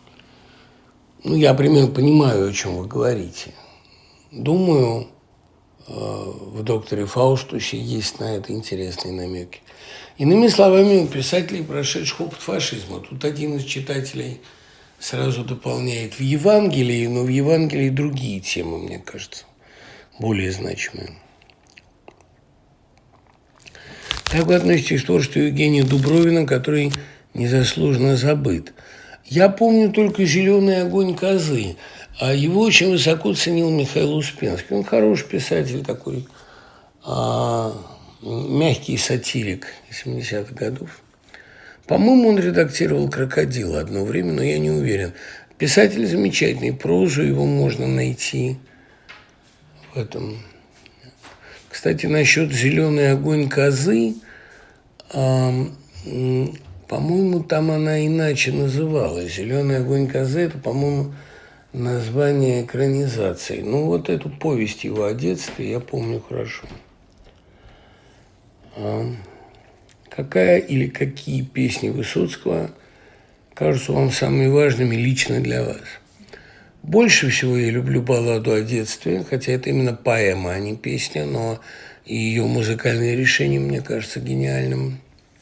Speaker 2: Я примерно понимаю, о чем вы говорите. Думаю, в «Докторе Фаустусе» есть на это интересные намеки. Иными словами, у писателей, прошедших опыт фашизма, тут один из читателей сразу дополняет в Евангелии, но в Евангелии другие темы, мне кажется, более значимые. Как вы относитесь к творчеству Евгения Дубровина, который незаслуженно забыт? Я помню только «Зеленый огонь козы», а его очень высоко ценил Михаил Успенский. Он хороший писатель такой, мягкий сатирик 70-х годов. По-моему, он редактировал «Крокодила» одно время, но я не уверен. Писатель замечательный, прозу его можно найти в этом. Кстати, насчет «Зеленый огонь козы», по-моему, там она иначе называлась. «Зеленый огонь козы» – это, по-моему, название экранизации. Вот эту повесть его о детстве я помню хорошо. Какая или какие песни Высоцкого кажутся вам самыми важными лично для вас? Больше всего я люблю балладу о детстве, хотя это именно поэма, а не песня, но и ее музыкальное решение мне кажется гениальным.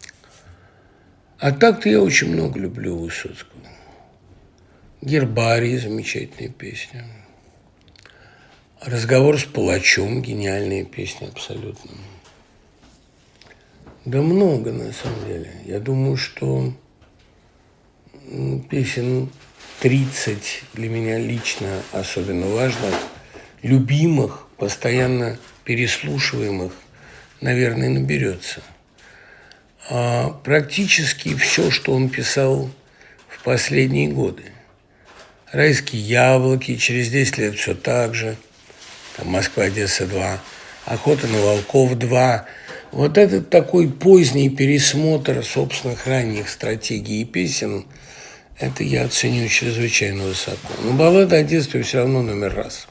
Speaker 2: А так-то я очень много люблю Высоцкого. «Гербарий» – замечательная песня. «Разговор с палачом» – гениальная песня абсолютно. Да много, на самом деле. Я думаю, что песен 30 для меня лично особенно важных, любимых, постоянно переслушиваемых, наверное, наберется. практически все, что он писал в последние годы. «Райские яблоки», через 10 лет все так же, там «Москва-Одесса-2», «Охота на волков-2». Вот этот такой поздний пересмотр собственных ранних стратегий и песен, это я оценю чрезвычайно высоко. Но «Баллада о детстве» все равно номер раз.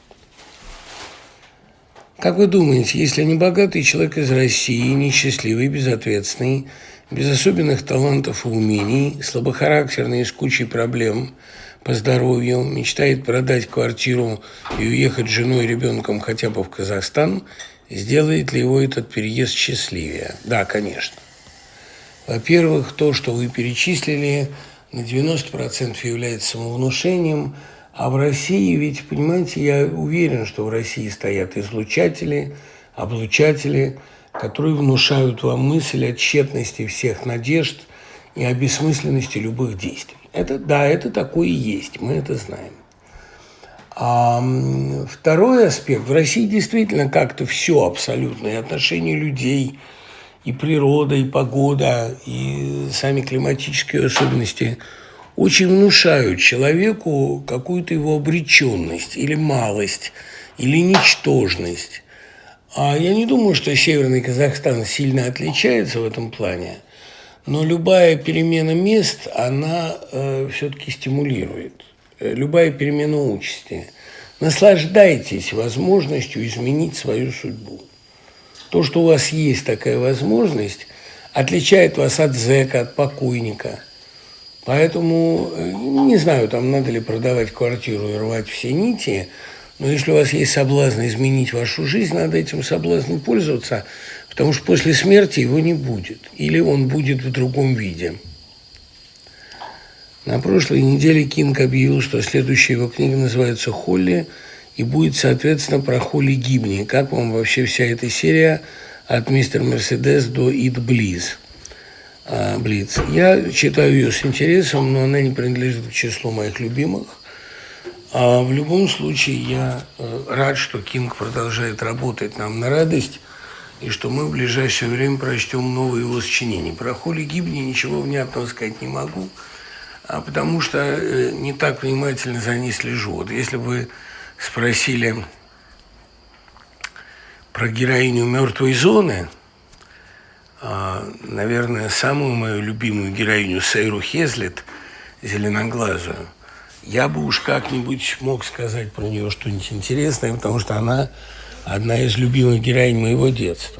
Speaker 2: Как вы думаете, если небогатый человек из России, несчастливый, безответственный, без особенных талантов и умений, слабохарактерный и с кучей проблем по здоровью, мечтает продать квартиру и уехать с женой и ребенком хотя бы в Казахстан, сделает ли его этот переезд счастливее? Да, конечно. Во-первых, то, что вы перечислили, на 90% является самовнушением, а в России, ведь, понимаете, я уверен, что в России стоят излучатели, облучатели, которые внушают вам мысль о тщетности всех надежд и о бессмысленности любых действий. Это такое и есть, мы это знаем. А второй аспект. В России действительно как-то все абсолютно, и отношения людей, и природа, и погода, и сами климатические особенности очень внушают человеку какую-то его обреченность или малость, или ничтожность. А я не думаю, что Северный Казахстан сильно отличается в этом плане, но любая перемена мест, она все-таки стимулирует. Любая перемена участи. Наслаждайтесь возможностью изменить свою судьбу. То, что у вас есть такая возможность, отличает вас от зэка, от покойника. Поэтому, не знаю, там надо ли продавать квартиру и рвать все нити, но если у вас есть соблазн изменить вашу жизнь, надо этим соблазном пользоваться, потому что после смерти его не будет, или он будет в другом виде. На прошлой неделе Кинг объявил, что следующая его книга называется «Холли» и будет, соответственно, про Холли Гибни. Как вам вообще вся эта серия от «Мистер Мерседес» до «Ит Близ»? Блиц. Я читаю ее с интересом, но она не принадлежит к числу моих любимых. В любом случае, я рад, что Кинг продолжает работать нам на радость, и что мы в ближайшее время прочтем новые его сочинения. Про Холли Гибни ничего внятного сказать не могу, потому что не так внимательно за ней слежу. Вот если бы вы спросили про героиню «Мертвой зоны», наверное, самую мою любимую героиню Сейру Хезлет, зеленоглазую, я бы уж как-нибудь мог сказать про нее что-нибудь интересное, потому что она одна из любимых героинь моего детства.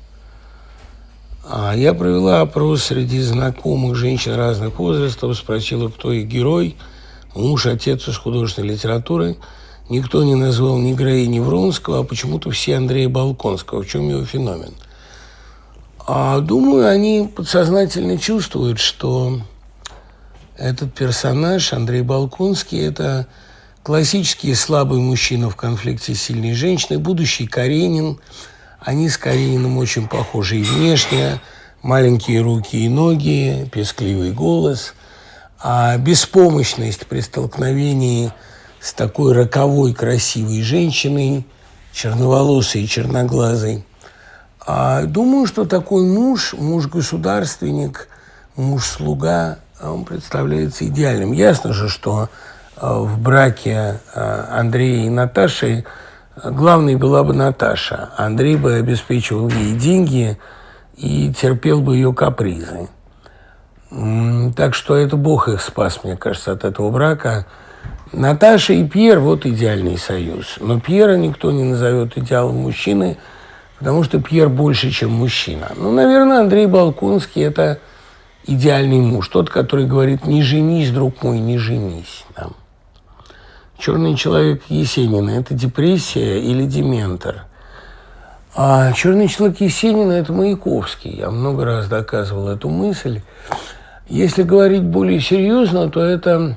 Speaker 2: Я провела опрос среди знакомых женщин разных возрастов, спросила, кто их герой, муж, отец из художественной литературы. Никто не назвал ни героини Вронского, а почему-то все Андрея Болконского. В чем его феномен? Думаю, они подсознательно чувствуют, что этот персонаж, Андрей Болконский, это классический слабый мужчина в конфликте с сильной женщиной, будущий Каренин. Они с Карениным очень похожи и внешне, маленькие руки и ноги, пескливый голос, беспомощность при столкновении с такой роковой красивой женщиной, черноволосой и черноглазой. Думаю, что такой муж-государственник, муж-слуга, он представляется идеальным. Ясно же, что в браке Андрея и Наташи главной была бы Наташа. Андрей бы обеспечивал ей деньги и терпел бы ее капризы. Так что это Бог их спас, мне кажется, от этого брака. Наташа и Пьер – вот идеальный союз. Но Пьера никто не назовет идеалом мужчины, потому что Пьер больше, чем мужчина. Наверное, Андрей Болконский – это идеальный муж. Тот, который говорит: не женись, друг мой, не женись. Да. «Черный человек» Есенина – это депрессия или дементор? «Черный человек» Есенина – это Маяковский. Я много раз доказывал эту мысль. Если говорить более серьезно, то это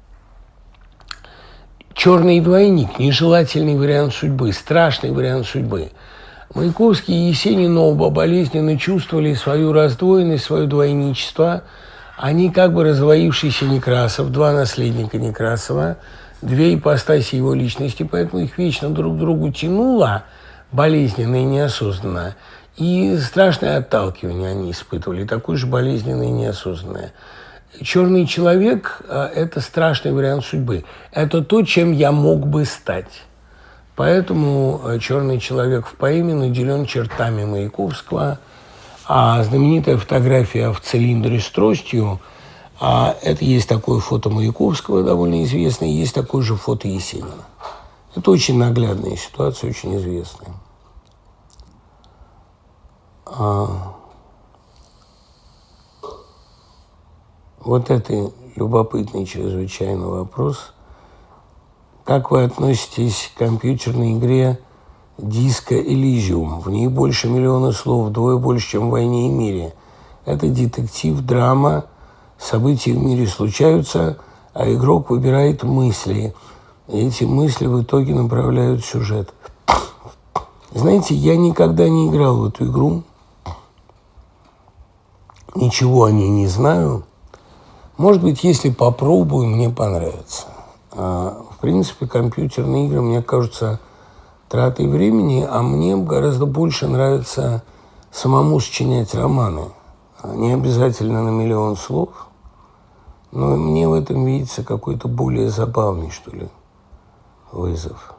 Speaker 2: черный двойник, нежелательный вариант судьбы, страшный вариант судьбы. Маяковский и Есенин оба болезненно чувствовали свою раздвоенность, свое двойничество. Они как бы раздвоившийся Некрасов, два наследника Некрасова, две ипостаси его личности, поэтому их вечно друг к другу тянуло, болезненно и неосознанно. И страшное отталкивание они испытывали, такое же болезненное и неосознанное. Черный человек – это страшный вариант судьбы. Это то, чем я мог бы стать. Поэтому черный человек в поэме наделен чертами Маяковского, а знаменитая фотография в цилиндре с тростью это есть такое фото Маяковского, довольно известное, есть такое же фото Есенина. Это очень наглядная ситуация, очень известная. Вот это любопытный чрезвычайно вопрос. Как вы относитесь к компьютерной игре Disco Elysium? В ней больше миллиона слов, вдвое больше, чем в «Войне и мире». Это детектив, драма, события в мире случаются, а игрок выбирает мысли. И эти мысли в итоге направляют сюжет. Знаете, я никогда не играл в эту игру. Ничего о ней не знаю. Может быть, если попробую, мне понравится. В принципе, компьютерные игры мне кажутся тратой времени, а мне гораздо больше нравится самому сочинять романы. Не обязательно на миллион слов, но мне в этом видится какой-то более забавный, что ли, вызов.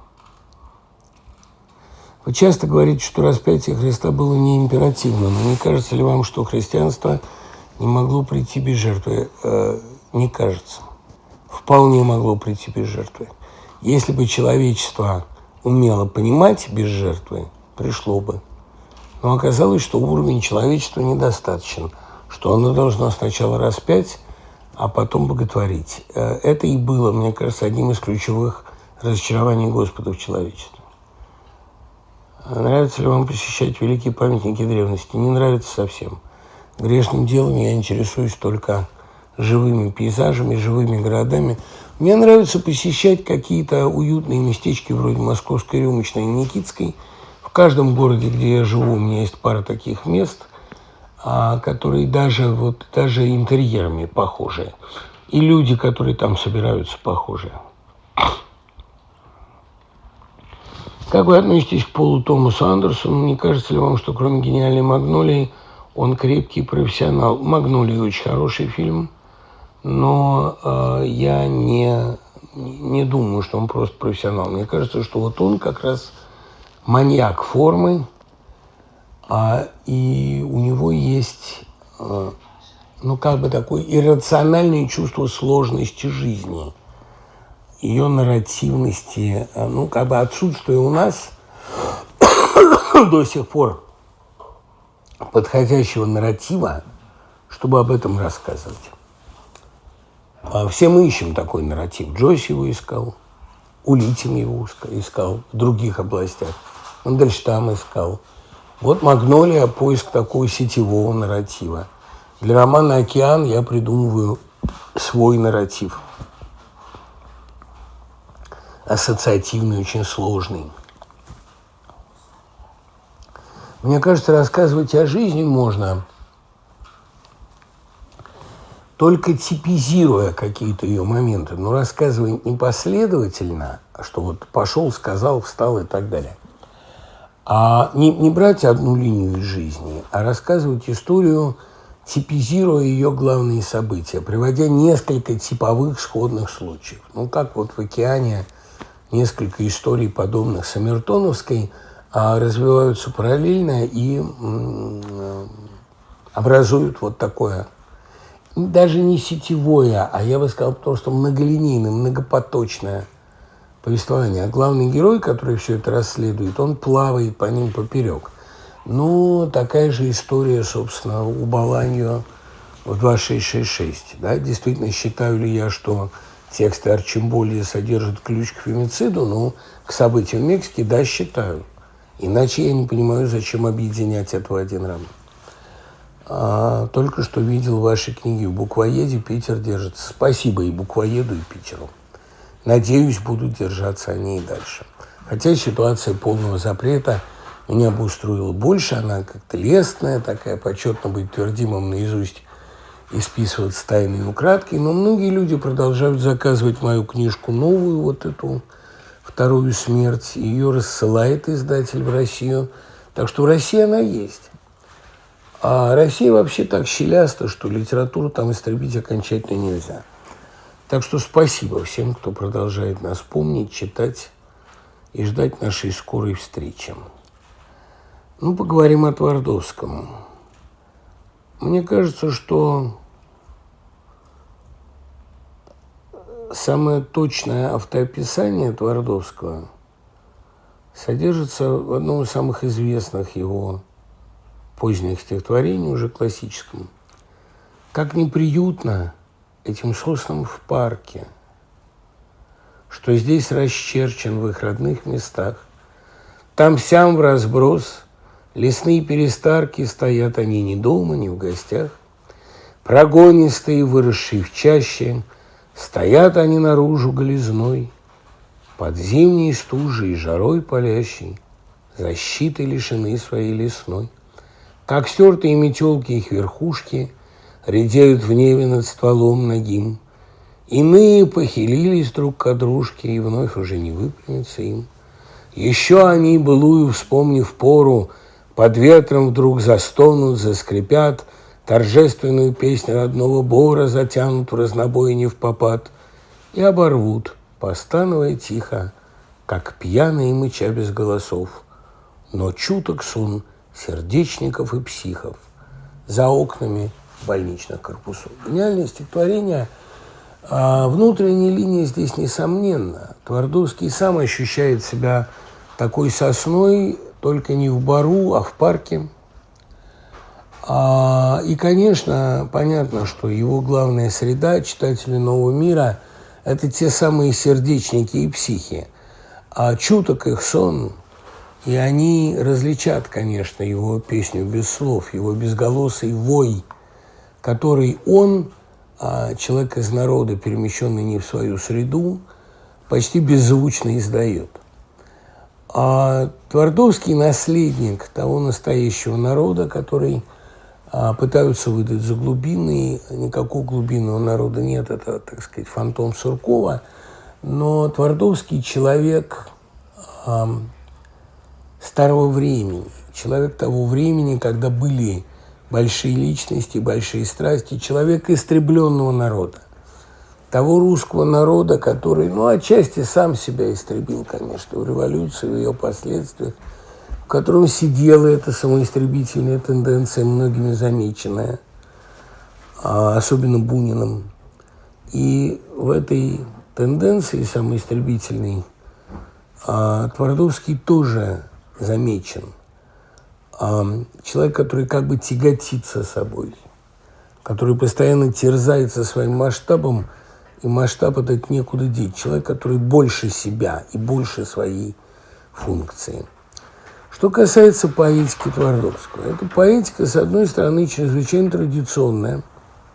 Speaker 2: Вы часто говорите, что распятие Христа было не императивным. Но не кажется ли вам, что христианство не могло прийти без жертвы? Не кажется. Вполне могло прийти без жертвы. Если бы человечество умело понимать без жертвы, пришло бы. Но оказалось, что уровень человечества недостаточен, что оно должно сначала распять, а потом боготворить. Это и было, мне кажется, одним из ключевых разочарований Господа в человечестве. Нравится ли вам посещать великие памятники древности? Не нравится совсем. Грешным делом я интересуюсь только живыми пейзажами, живыми городами. Мне нравится посещать какие-то уютные местечки вроде Московской рюмочной и Никитской. В каждом городе, где я живу, у меня есть пара таких мест, которые даже интерьерами похожи. И люди, которые там собираются, похожи. Как вы относитесь к Полу Томасу Андерсону? Не кажется ли вам, что кроме «Гениальной Магнолии» он крепкий профессионал? «Магнолия» очень хороший фильм, но я не думаю, что он просто профессионал. Мне кажется, что вот он как раз маньяк формы, и у него есть такое иррациональное чувство сложности жизни, ее нарративности, отсутствие у нас до сих пор подходящего нарратива, чтобы об этом рассказывать. Все мы ищем такой нарратив. Джойс его искал, Улитин его искал в других областях, Мандельштам искал. Вот «Магнолия» – поиск такого сетевого нарратива. Для романа «Океан» я придумываю свой нарратив. Ассоциативный, очень сложный. Мне кажется, рассказывать о жизни можно только типизируя какие-то ее моменты, но рассказывая не последовательно, что вот пошел, сказал, встал и так далее. Не брать одну линию из жизни, а рассказывать историю, типизируя ее главные события, приводя несколько типовых сходных случаев. Как вот в «Океане» несколько историй, подобных Саммертоновской, развиваются параллельно и образуют вот такое, даже не сетевое, а я бы сказал, потому что многолинейное, многопоточное повествование. А главный герой, который все это расследует, он плавает по ним поперек. Такая же история, собственно, у Баланьо в 2666. Да? Действительно, считаю ли я, что тексты Арчимбольди содержат ключ к фемициду? К событиям в Мексике, да, считаю. Иначе я не понимаю, зачем объединять это в один роман. Только что видел ваши книги в «Буквоеде», Питер держится. Спасибо и «Буквоеду», и Питеру. Надеюсь, будут держаться они и дальше. Хотя ситуация полного запрета меня бы устроила больше. Она как-то лестная, такая, почетно быть твердимым наизусть и списываться тайные украдкой. Но многие люди продолжают заказывать мою книжку новую, вот эту «Вторую смерть». Ее рассылает издатель в Россию. Так что в России она есть. А Россия вообще так щеляста, что литературу там истребить окончательно нельзя. Так что спасибо всем, кто продолжает нас помнить, читать и ждать нашей скорой встречи. Ну, поговорим о Твардовском. Мне кажется, что самое точное автоописание Твардовского содержится в одном из самых известных его поздних стихотворений, уже классическом. Как неприютно этим соснам в парке, что здесь расчерчен в их родных местах. Там-сям вразброс лесные перестарки, стоят они ни дома, ни в гостях. Прогонистые, выросшие в чаще, стоят они наружу голизной, под зимней стужей и жарой палящей, защиты лишены своей лесной. Как стертые метелки их верхушки редеют в небе над стволом нагим. Иные похилились друг к дружке, и вновь уже не выпрямятся им. Еще они, былую вспомнив пору, под ветром вдруг застонут, заскрипят, торжественную песню родного бора затянут в разнобой невпопад и оборвут, постановая тихо, как пьяные мыча без голосов. Но чуток сон сердечников и психов за окнами больничных корпусов. Гениальное стихотворение. Внутренняя линия здесь несомненна. Твардовский сам ощущает себя такой сосной, только не в бару, а в парке. И, конечно, понятно, что его главная среда, читатели «Нового мира», это те самые сердечники и психи. А чуток их сон, и они различат, конечно, его песню без слов, его безголосый вой, который он, человек из народа, перемещенный не в свою среду, почти беззвучно издает. А Твардовский наследник того настоящего народа, который пытаются выдать за глубинный. Никакого глубинного народа нет, это, так сказать, фантом Суркова. Но Твардовский человек старого времени, человек того времени, когда были большие личности, большие страсти, человек истребленного народа. Того русского народа, который, отчасти сам себя истребил, конечно, в революции, в ее последствиях, в котором сидела эта самоистребительная тенденция, многими замеченная, особенно Буниным. И в этой тенденции самоистребительной Твардовский тоже замечен. Человек, который как бы тяготится собой, который постоянно терзается своим масштабом, и масштаб этот некуда деть. Человек, который больше себя и больше своей функции. Что касается поэтики Твардовского, эта поэтика, с одной стороны, чрезвычайно традиционная,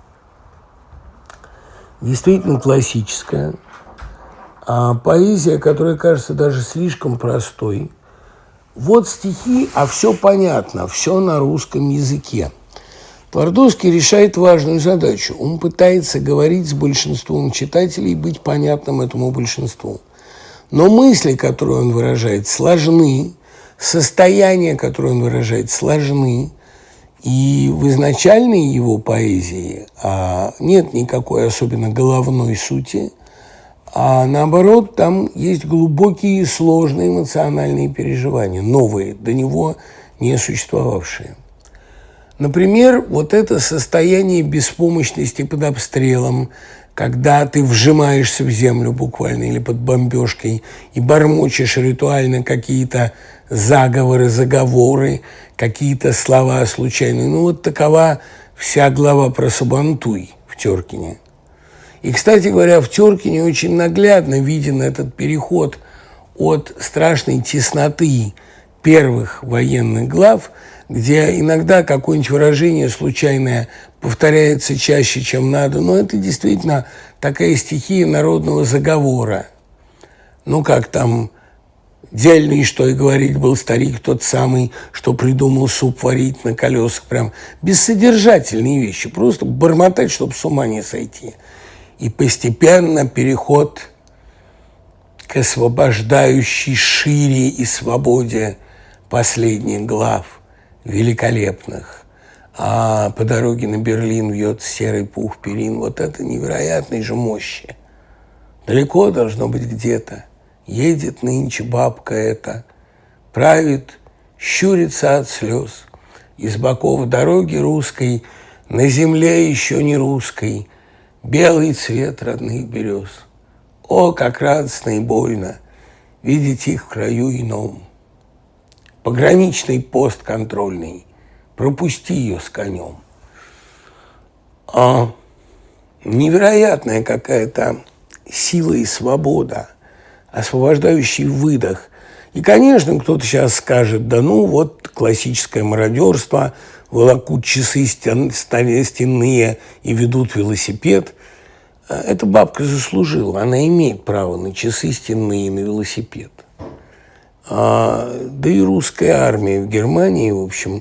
Speaker 2: действительно классическая, а поэзия, которая кажется даже слишком простой. Вот стихи, а все понятно, все на русском языке. Твардовский решает важную задачу. Он пытается говорить с большинством читателей и быть понятным этому большинству. Но мысли, которые он выражает, сложны, состояния, которые он выражает, сложны. И в изначальной его поэзии нет никакой особенно головной сути, а наоборот, там есть глубокие и сложные эмоциональные переживания, новые, до него не существовавшие. Например, вот это состояние беспомощности под обстрелом, когда ты вжимаешься в землю буквально или под бомбежкой и бормочешь ритуально какие-то заговоры, заговоры, какие-то слова случайные. Вот такова вся глава про Сабантуй в Теркине. И, кстати говоря, в Теркине очень наглядно виден этот переход от страшной тесноты первых военных глав, где иногда какое-нибудь выражение случайное повторяется чаще, чем надо, но это действительно такая стихия народного заговора. Как там, дельный, что и говорить, был старик тот самый, что придумал суп варить на колесах. Прям бессодержательные вещи, просто бормотать, чтобы с ума не сойти. И постепенно переход к освобождающей шире и свободе последних глав великолепных, а по дороге на Берлин вьет серый пух перин. Вот это невероятной же мощи. Далеко должно быть где-то. Едет нынче бабка эта, правит, щурится от слез. Из боков дороги русской, на земле еще не русской, белый цвет родных берез. О, как радостно и больно видеть их в краю ином. Пограничный пост контрольный, пропусти ее с конем. Невероятная какая-то сила и свобода, освобождающий выдох. И, конечно, кто-то сейчас скажет, да ну вот классическое мародерство, волокут часы стенные и ведут велосипед. Эта бабка заслужила, она имеет право на часы стенные и на велосипед. Да и русская армия в Германии, в общем,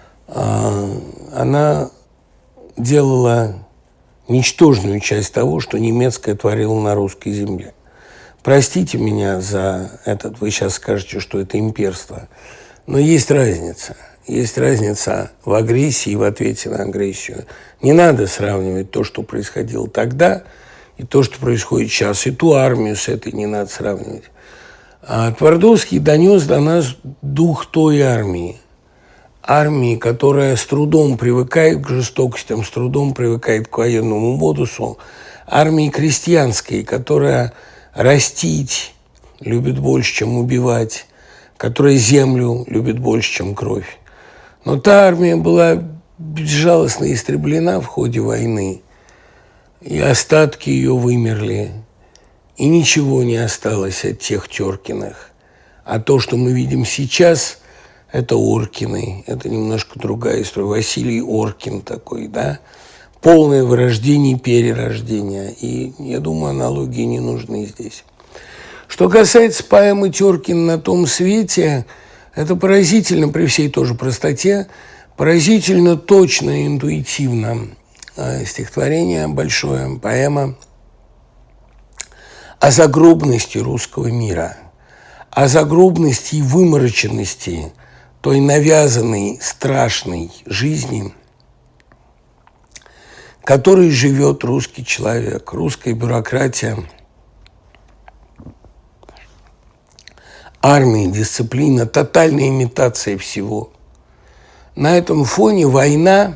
Speaker 2: она делала ничтожную часть того, что немецкая творила на русской земле. Простите меня за этот, вы сейчас скажете, что это имперство, но есть разница. Есть разница в агрессии и в ответе на агрессию. Не надо сравнивать то, что происходило тогда, и то, что происходит сейчас. И ту армию с этой не надо сравнивать. А Твардовский донес до нас дух той армии. Армии, которая с трудом привыкает к жестокостям, с трудом привыкает к военному модусу. Армии крестьянской, которая растить любит больше, чем убивать, которая землю любит больше, чем кровь. Но та армия была безжалостно истреблена в ходе войны, и остатки ее вымерли, и ничего не осталось от тех Теркиных. А то, что мы видим сейчас, это Оркины, это немножко другая история. Василий Оркин такой, да, полное вырождение и перерождение. И, я думаю, аналогии не нужны здесь. Что касается поэмы Теркин «На том свете», это поразительно при всей тоже простоте, поразительно точно и интуитивно. Стихотворение большое, поэма о загробности русского мира, о загробности и вымороченности той навязанной, страшной жизни, которой живет русский человек, русская бюрократия, армия, дисциплина, тотальная имитация всего. На этом фоне война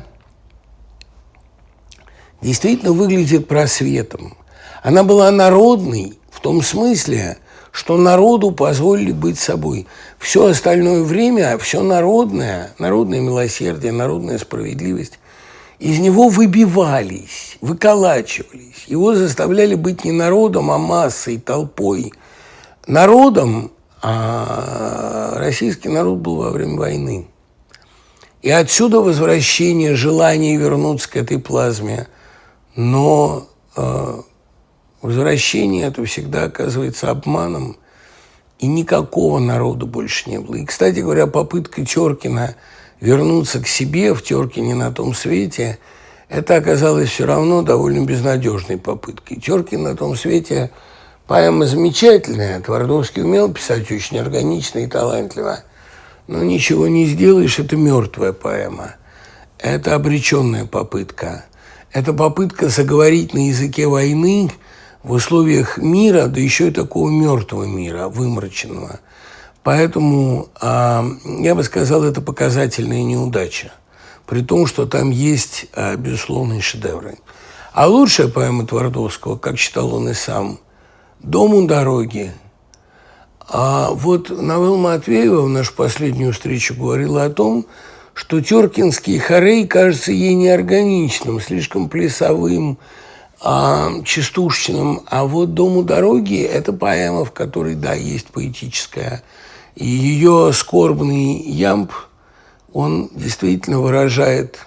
Speaker 2: действительно выглядит просветом. Она была народной в том смысле, что народу позволили быть собой. Все остальное время, все народное милосердие, народная справедливость, из него выбивались, выколачивались. Его заставляли быть не народом, а массой, толпой. Народом, а российский народ был во время войны. И отсюда возвращение, желание вернуться к этой плазме. Но возвращение это всегда оказывается обманом, и никакого народа больше не было. И, кстати говоря, попытка Теркина вернуться к себе в Теркине «На том свете», это оказалось все равно довольно безнадежной попыткой. Теркин «На том свете» поэма замечательная, Твардовский умел писать очень органично и талантливо, но ничего не сделаешь, это мертвая поэма, это обреченная попытка. Это попытка заговорить на языке войны в условиях мира, да еще и такого мертвого мира, вымороченного. Поэтому, я бы сказал, это показательная неудача, при том, что там есть безусловные шедевры. А лучшая поэма Твардовского, как читал он и сам, «Дом у дороги». А вот Навел Матвеева в нашу последнюю встречу говорила о том, что теркинский хорей кажется ей неорганичным, слишком плясовым, частушечным. А вот «Дом у дороги» – это поэма, в которой, да, есть поэтическая. И ее скорбный ямб, он действительно выражает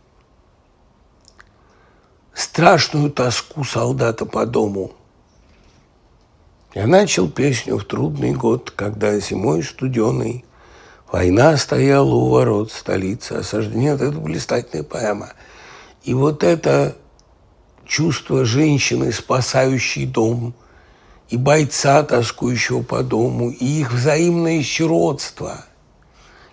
Speaker 2: страшную тоску солдата по дому. Я начал песню в трудный год, когда зимой студеной война стояла у ворот столицы, осаждения. Это блистательная поэма. И вот это чувство женщины, спасающей дом, и бойца, тоскующего по дому, и их взаимное сиротство,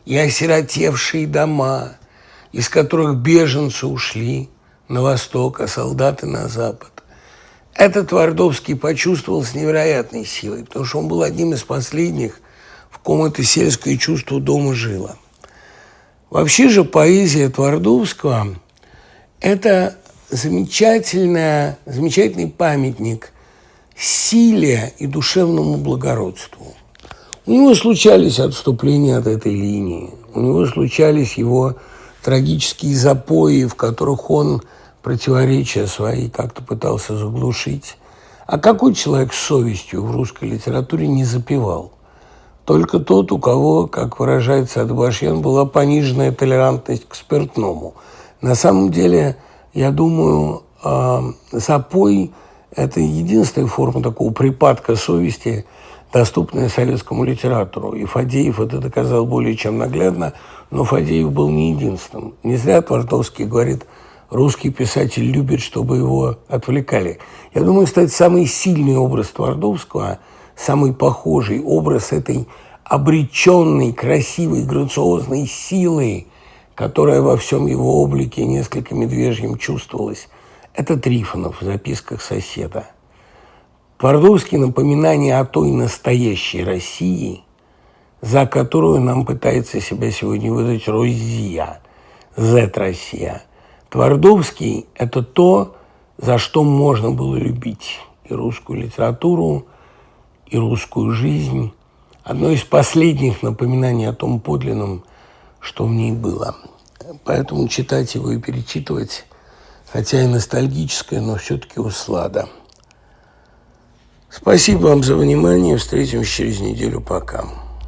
Speaker 2: и осиротевшие дома, из которых беженцы ушли на восток, а солдаты на запад. Это Твардовский почувствовал с невероятной силой, потому что он был одним из последних, в ком это сельское чувство дома жило. Вообще же поэзия Твардовского – это замечательный памятник силе и душевному благородству. У него случались отступления от этой линии, у него случались его трагические запои, в которых он противоречия свои как-то пытался заглушить. А какой человек с совестью в русской литературе не запевал? Только тот, у кого, как выражается Атбашьян, была пониженная толерантность к спиртному. На самом деле, я думаю, запой – это единственная форма такого припадка совести, доступная советскому литератору. И Фадеев это доказал более чем наглядно, но Фадеев был не единственным. Не зря Твардовский говорит, русский писатель любит, чтобы его отвлекали. Я думаю, кстати, самый сильный образ Твардовского, самый похожий образ этой обреченной, красивой, грациозной силы, которая во всем его облике несколько медвежьим чувствовалась, это Трифонов в записках соседа. Твардовский – напоминание о той настоящей России, за которую нам пытается себя сегодня выдать Россия, Z-Россия. Твардовский – это то, за что можно было любить и русскую литературу, и русскую жизнь. Одно из последних напоминаний о том подлинном, что в ней было. Поэтому читать его и перечитывать, хотя и ностальгическое, но все-таки услада. Спасибо вам за внимание. Встретимся через неделю. Пока.